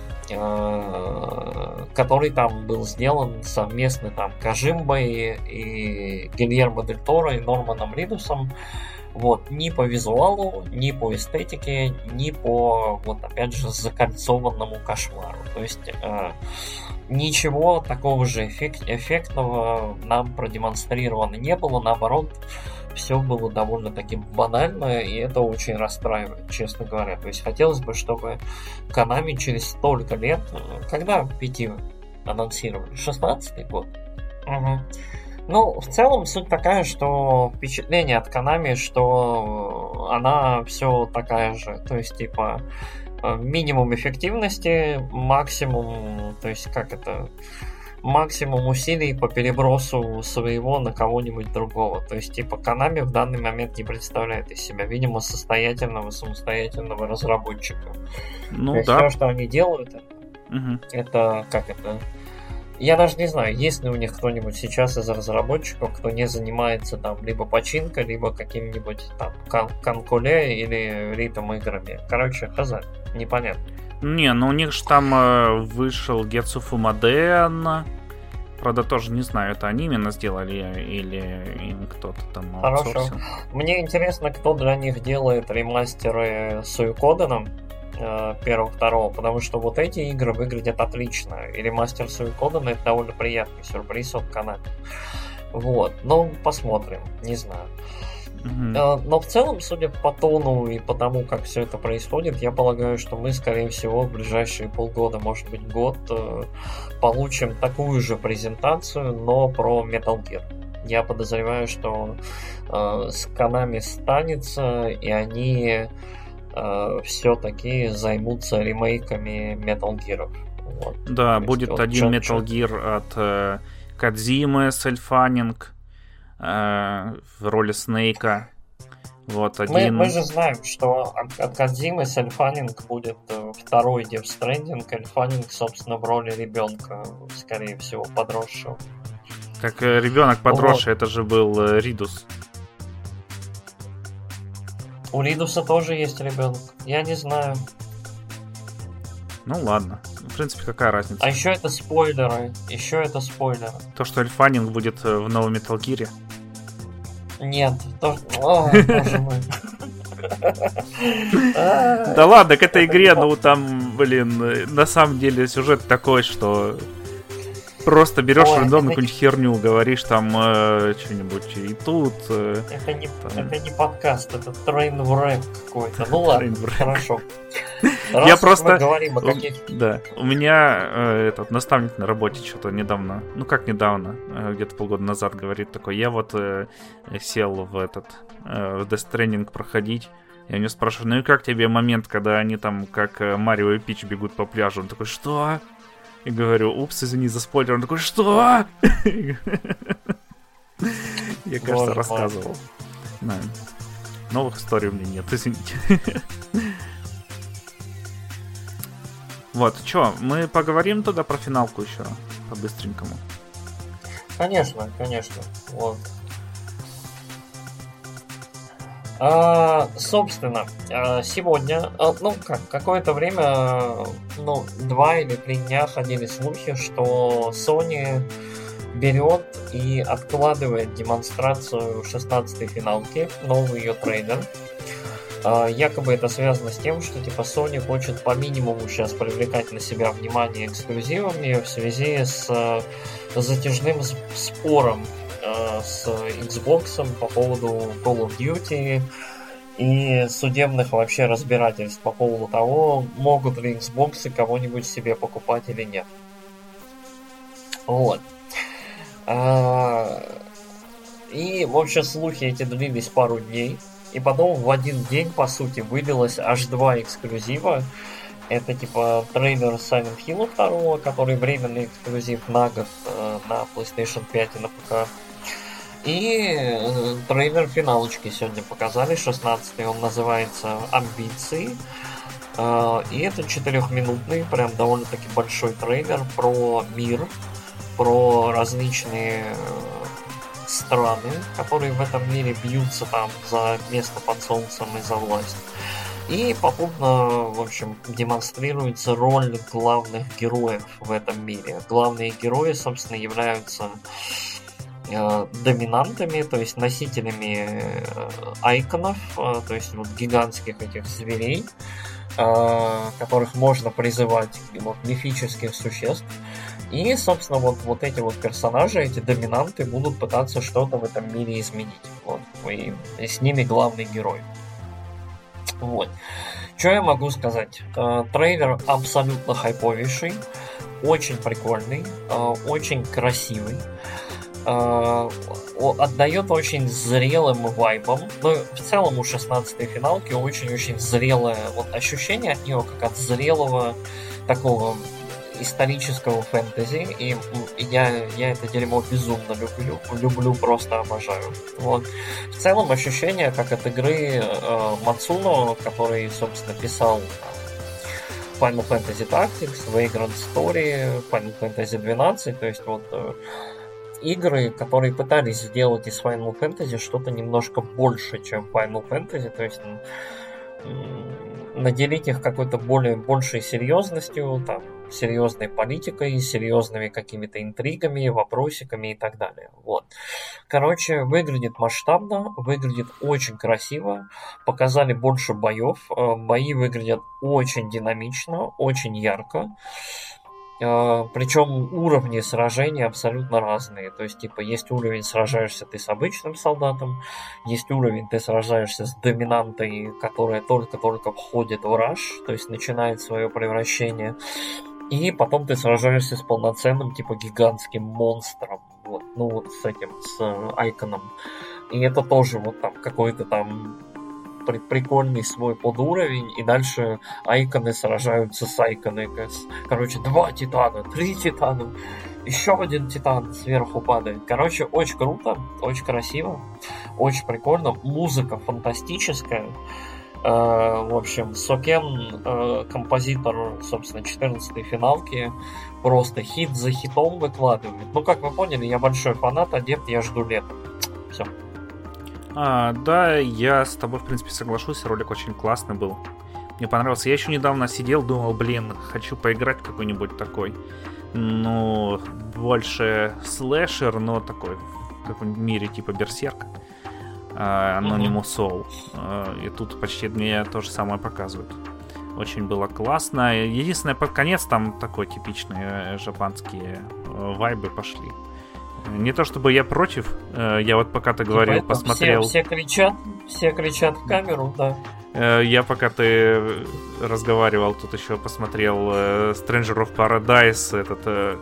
Speaker 1: который там был сделан совместно там Кожимбой и Гильермо Дель Торо и Норманом Ридусом. Вот, ни по визуалу, ни по эстетике, ни по, вот опять же, закольцованному кошмару. То есть э, ничего такого же эффект, эффектного нам продемонстрировано не было, наоборот, все было довольно таким банально, и это очень расстраивает, честно говоря. То есть хотелось бы, чтобы Konami через столько лет, когда пяти анонсировали, шестнадцатый год. Угу. Ну, в целом суть такая, что впечатление от Konami, что она все такая же, то есть типа минимум эффективности, максимум, то есть как это, максимум усилий по перебросу своего на кого-нибудь другого. То есть, типа, Konami в данный момент не представляет из себя, видимо, состоятельного, самостоятельного разработчика.
Speaker 2: Ну,
Speaker 1: То есть,
Speaker 2: да.
Speaker 1: все, что они делают, это,
Speaker 2: угу.
Speaker 1: это как это... Я даже не знаю, есть ли у них кто-нибудь сейчас из разработчиков, кто не занимается там либо починкой, либо каким-нибудь там кан- канкуле или ритм играми. Короче, хз, непонятно.
Speaker 2: Не, ну у них же там э, вышел Гетсу Фумаден, Правда, тоже не знаю, это они именно сделали или им кто-то там
Speaker 1: Хорошо.
Speaker 2: аутсорсил.
Speaker 1: Мне интересно, кто для них делает ремастеры с Суикоденом первого, второго, потому что вот эти игры выглядят отлично. И ремастер Суикодена — это довольно приятный сюрприз от Konami. Вот. Но посмотрим. Не знаю. Mm-hmm. Но в целом, судя по тону и по тому, как все это происходит, я полагаю, что мы, скорее всего, в ближайшие полгода, может быть, год, получим такую же презентацию, но про Metal Gear. Я подозреваю, что э, с Konami станется, и они э, все-таки займутся ремейками Metal Gear. Вот.
Speaker 2: Да, будет вот один Metal Gear от э, Кодзимы, Сельфанинг э, в роли Снейка. Вот, один...
Speaker 1: мы, мы же знаем, что от, от Кодзимы Сельфанинг будет э, второй Death Stranding. Сельфанинг, собственно, в роли ребенка, скорее всего, подросшего.
Speaker 2: Так ребенок подросший, вот. Это же был э, Ридус.
Speaker 1: У Ридуса тоже есть ребенок. Я не знаю.
Speaker 2: Ну ладно. В принципе, какая разница?
Speaker 1: А еще это спойлеры. Еще это спойлеры.
Speaker 2: То, что Эльфанинг будет в новом Metal Gear?
Speaker 1: Нет. То... О, боже мой.
Speaker 2: Да ладно, к этой игре, ну там, блин, на самом деле сюжет такой, что просто берешь рандомную какую-нибудь херню, говоришь там э, что-нибудь, и тут... Э,
Speaker 1: это, не, это не подкаст, это трейн-врэп какой-то. Ну ладно, хорошо.
Speaker 2: Я просто...
Speaker 1: Мы говорим о каких...
Speaker 2: Да, у меня э, этот наставник на работе что-то недавно, ну как недавно, э, где-то полгода назад говорит такой, я вот э, сел в этот, э, в Death Stranding проходить. Я у него спрашиваю, ну и как тебе момент, когда они там, как Марио и Пич, бегут по пляжу? Он такой, что? И говорю, упс, извини за спойлер. Он такой, что? Я, кажется, рассказывал. Новых историй у меня нет, извините. Вот, что, мы поговорим тогда про финалку еще по-быстренькому?
Speaker 1: Конечно, конечно. Вот. А, собственно, сегодня, ну как, какое-то время, ну, два или три дня ходили слухи, что Sony берет и откладывает демонстрацию шестнадцатой финалки, новый ее трейлер. А, якобы это связано с тем, что типа Sony хочет по минимуму сейчас привлекать на себя внимание эксклюзивами в связи с затяжным спором с Xbox по поводу Call of Duty и судебных вообще разбирательств по поводу того, могут ли Xbox кого-нибудь себе покупать или нет. Вот. И, в общем, слухи эти длились пару дней, и потом в один день, по сути, вылилось аж два эксклюзива. Это типа трейлер Silent Hill два, который временный эксклюзив на год на PlayStation пять и на ПК. И трейлер финалочки сегодня показали, шестнадцатый, он называется «Амбиции». И это четырехминутный, прям довольно-таки большой трейлер про мир, про различные страны, которые в этом мире бьются там за место под солнцем и за власть. И попутно, в общем, демонстрируется роль главных героев в этом мире. Главные герои, собственно, являются доминантами, то есть носителями айконов, то есть вот гигантских этих зверей, которых можно призывать, вот, мифических существ. И, собственно, вот, вот эти вот персонажи, эти доминанты будут пытаться что-то в этом мире изменить. Вот, и, и с ними главный герой. Вот. Что я могу сказать? Трейлер абсолютно хайповейший, очень прикольный, очень красивый. Uh, отдает очень зрелым вайбом. Ну, в целом у шестнадцатой финалки очень-очень зрелое вот ощущение от нее, как от зрелого такого исторического фэнтези. И я, я это дерьмо безумно люблю. Люблю, просто обожаю. Вот. В целом ощущение, как от игры uh, Мацуно, который, собственно, писал Final Fantasy Tactics, Vagrant Story, Final Fantasy двенадцать. То есть вот uh, игры, которые пытались сделать из Final Fantasy что-то немножко больше, чем Final Fantasy, то есть наделить их какой-то более большей серьезностью, там, серьезной политикой, серьезными какими-то интригами, вопросиками и так далее. Вот. Короче, выглядит масштабно, выглядит очень красиво, показали больше боев, бои выглядят очень динамично, очень ярко. Причем уровни сражений абсолютно разные. То есть, типа, есть уровень, сражаешься ты с обычным солдатом, есть уровень, ты сражаешься с доминантой, которая только-только входит в раш, то есть начинает свое превращение. И потом ты сражаешься с полноценным, типа, гигантским монстром. Вот, ну вот с этим, с Айконом. И это тоже вот там какой-то там прикольный свой подуровень, и дальше Айконы сражаются с Айконы. Короче, два титана, три титана, еще один титан сверху падает. Короче, очень круто, очень красиво, очень прикольно. Музыка фантастическая. В общем, Сокен, композитор, собственно, четырнадцатой финалки, просто хит за хитом выкладывает. Ну, как вы поняли, я большой фанат, Адепт, я жду лета. Все.
Speaker 2: А, да, я с тобой, в принципе, соглашусь, ролик очень классный был. Мне понравился. Я еще недавно сидел, думал, блин, хочу поиграть в какой-нибудь такой, ну, больше слэшер, но такой, в каком-нибудь мире типа Берсерк, Anonymous Soul. И тут почти мне то же самое показывают. Очень было классно. Единственное, под конец там такой типичные жапанские вайбы пошли. Не то чтобы я против, я вот пока ты говорил, посмотрел...
Speaker 1: Все, все кричат, все кричат в камеру, да.
Speaker 2: Я пока ты разговаривал, тут еще посмотрел Stranger of Paradise, этот...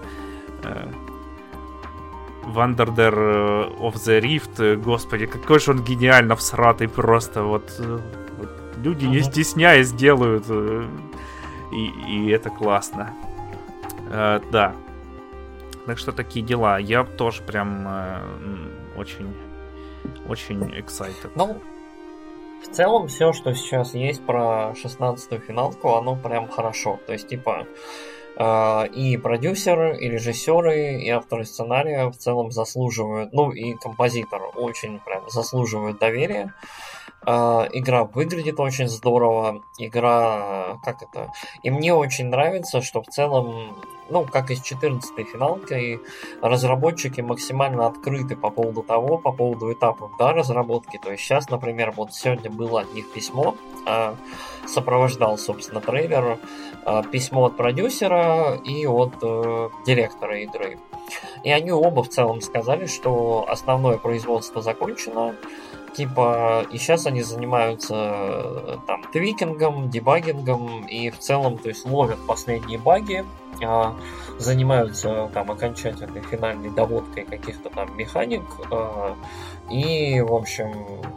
Speaker 2: Wanderer of the Rift. Господи, какой же он гениально всратый просто. Вот, вот люди, uh-huh. не стесняясь, делают. И, и это классно. Uh, да. Так что такие дела. Я тоже прям uh, очень, очень excited.
Speaker 1: Ну, в целом, все, что сейчас есть про шестнадцатую финалку, оно прям хорошо. То есть, типа, uh, и продюсеры, и режиссеры, и авторы сценария в целом заслуживают, ну, и композитор очень прям заслуживают доверия. Uh, игра выглядит очень здорово, игра, как это, и мне очень нравится, что в целом, ну, как и с четырнадцатой финалкой, разработчики максимально открыты по поводу того, по поводу этапов, да, разработки. То есть сейчас, например, вот сегодня было от них письмо, uh, сопровождал, собственно, трейлер, uh, письмо от продюсера и от uh, директора игры. И они оба в целом сказали, что основное производство закончено, типа, и сейчас они занимаются там твикингом, дебагингом и в целом, то есть ловят последние баги, а, занимаются там окончательной финальной доводкой каких-то там механик а, и, в общем,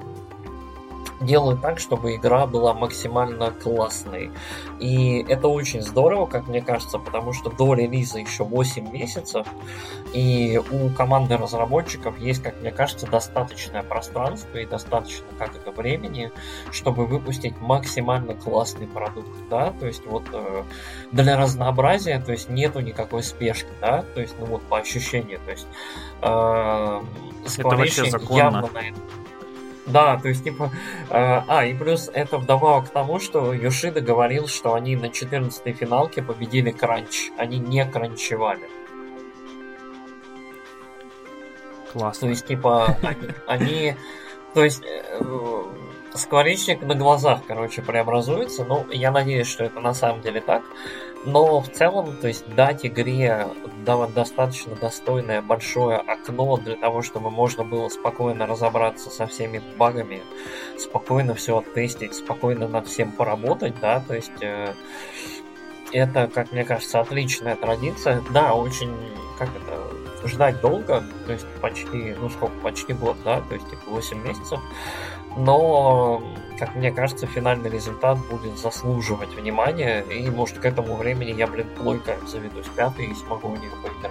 Speaker 1: делают так, чтобы игра была максимально классной. И это очень здорово, как мне кажется, потому что до релиза еще восемь месяцев, и у команды разработчиков есть, как мне кажется, достаточное пространство и достаточно, как это, времени, чтобы выпустить максимально классный продукт, да, то есть вот э, для разнообразия, то есть нету никакой спешки, да, то есть, ну вот по ощущению, то есть э,
Speaker 2: это вообще законно.
Speaker 1: Явно на это. Да, то есть, типа... Э, а, и плюс это вдобавок к тому, что Йошида говорил, что они на четырнадцатой финалке победили кранч. Они не кранчевали.
Speaker 2: Классно.
Speaker 1: То есть, типа, они... они то есть, э, скворечник на глазах, короче, преобразуется. Ну, я надеюсь, что это на самом деле так. Но в целом, то есть, дать игре достаточно достойное большое окно для того, чтобы можно было спокойно разобраться со всеми багами, спокойно все оттестить, спокойно над всем поработать, да, то есть э, это, как мне кажется, отличная традиция. Да, очень, как это, ждать долго, то есть почти, ну сколько, почти год, да, то есть типа восемь месяцев, но, как мне кажется, финальный результат будет заслуживать внимания, и, может, к этому времени я, блин, плойка заведусь пятый и смогу в них поиграть.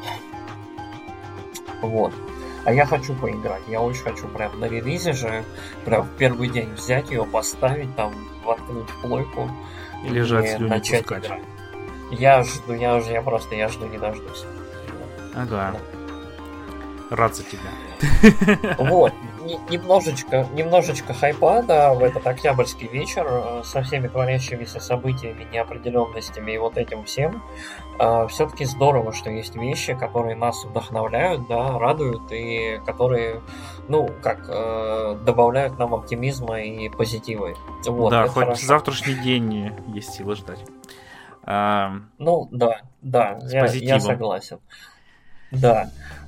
Speaker 1: Вот. А я хочу поиграть, я очень хочу прям на релизе же, прям в первый день взять ее, поставить, там, воткнуть в плойку
Speaker 2: и лежать,
Speaker 1: и начать пускать. Играть. Я жду, я уже, я просто, я жду не дождусь.
Speaker 2: Ага. Да. Рад за тебя.
Speaker 1: Вот. Немножечко, немножечко хайпа, да, в этот октябрьский вечер со всеми творящимися событиями, неопределенностями и вот этим всем. Все-таки здорово, что есть вещи, которые нас вдохновляют, да, радуют и которые, ну, как, добавляют нам оптимизма и позитива. Вот,
Speaker 2: да, хоть
Speaker 1: хорошо.
Speaker 2: Завтрашний день есть силы ждать. А...
Speaker 1: Ну, да, да, я, я согласен. Да.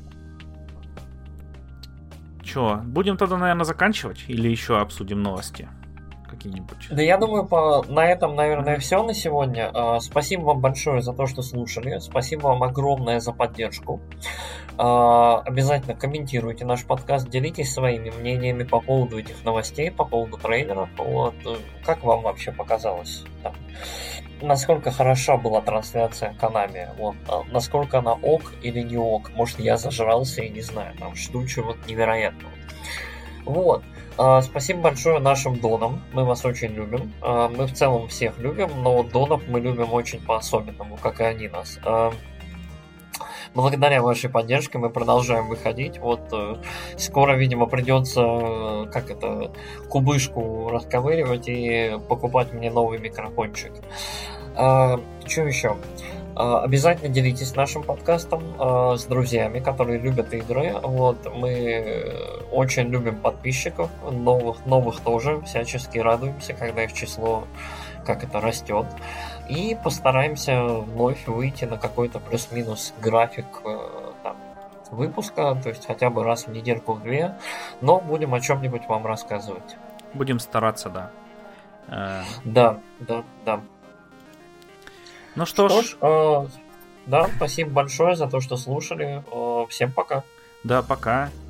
Speaker 2: Че, будем тогда, наверное, заканчивать? Или еще обсудим новости какие-нибудь?
Speaker 1: Да я думаю, по... на этом, наверное, все на сегодня. Uh, спасибо вам большое за то, что слушали. Спасибо вам огромное за поддержку. Uh, обязательно комментируйте наш подкаст, делитесь своими мнениями по поводу этих новостей, по поводу трейлеров. Вот. Как вам вообще показалось? Там, насколько хороша была трансляция Konami? Вот. Насколько она ок или не ок? Может, я зажрался и не знаю. Там жду чего-то невероятного. Вот. Uh, спасибо большое нашим донам. Мы вас очень любим. Uh, мы в целом всех любим, но вот донов мы любим очень по-особенному, как и они нас. Uh, благодаря вашей поддержке мы продолжаем выходить. Вот uh, скоро, видимо, придется uh, как это, кубышку расковыривать и покупать мне новый микрофончик. Uh, что еще? Uh, обязательно делитесь нашим подкастом uh, с друзьями, которые любят игры. Вот, мы очень любим подписчиков, новых, новых тоже, всячески радуемся, когда их число как это растет. И постараемся вновь выйти на какой-то плюс-минус график uh, там, выпуска, то есть хотя бы раз в недельку-две, но будем о чем-нибудь вам рассказывать.
Speaker 2: Будем стараться, да.
Speaker 1: Uh... Да, да, да.
Speaker 2: Ну что, что ж,
Speaker 1: ж э, да, спасибо большое за то, что слушали. Э, всем пока.
Speaker 2: Да, пока.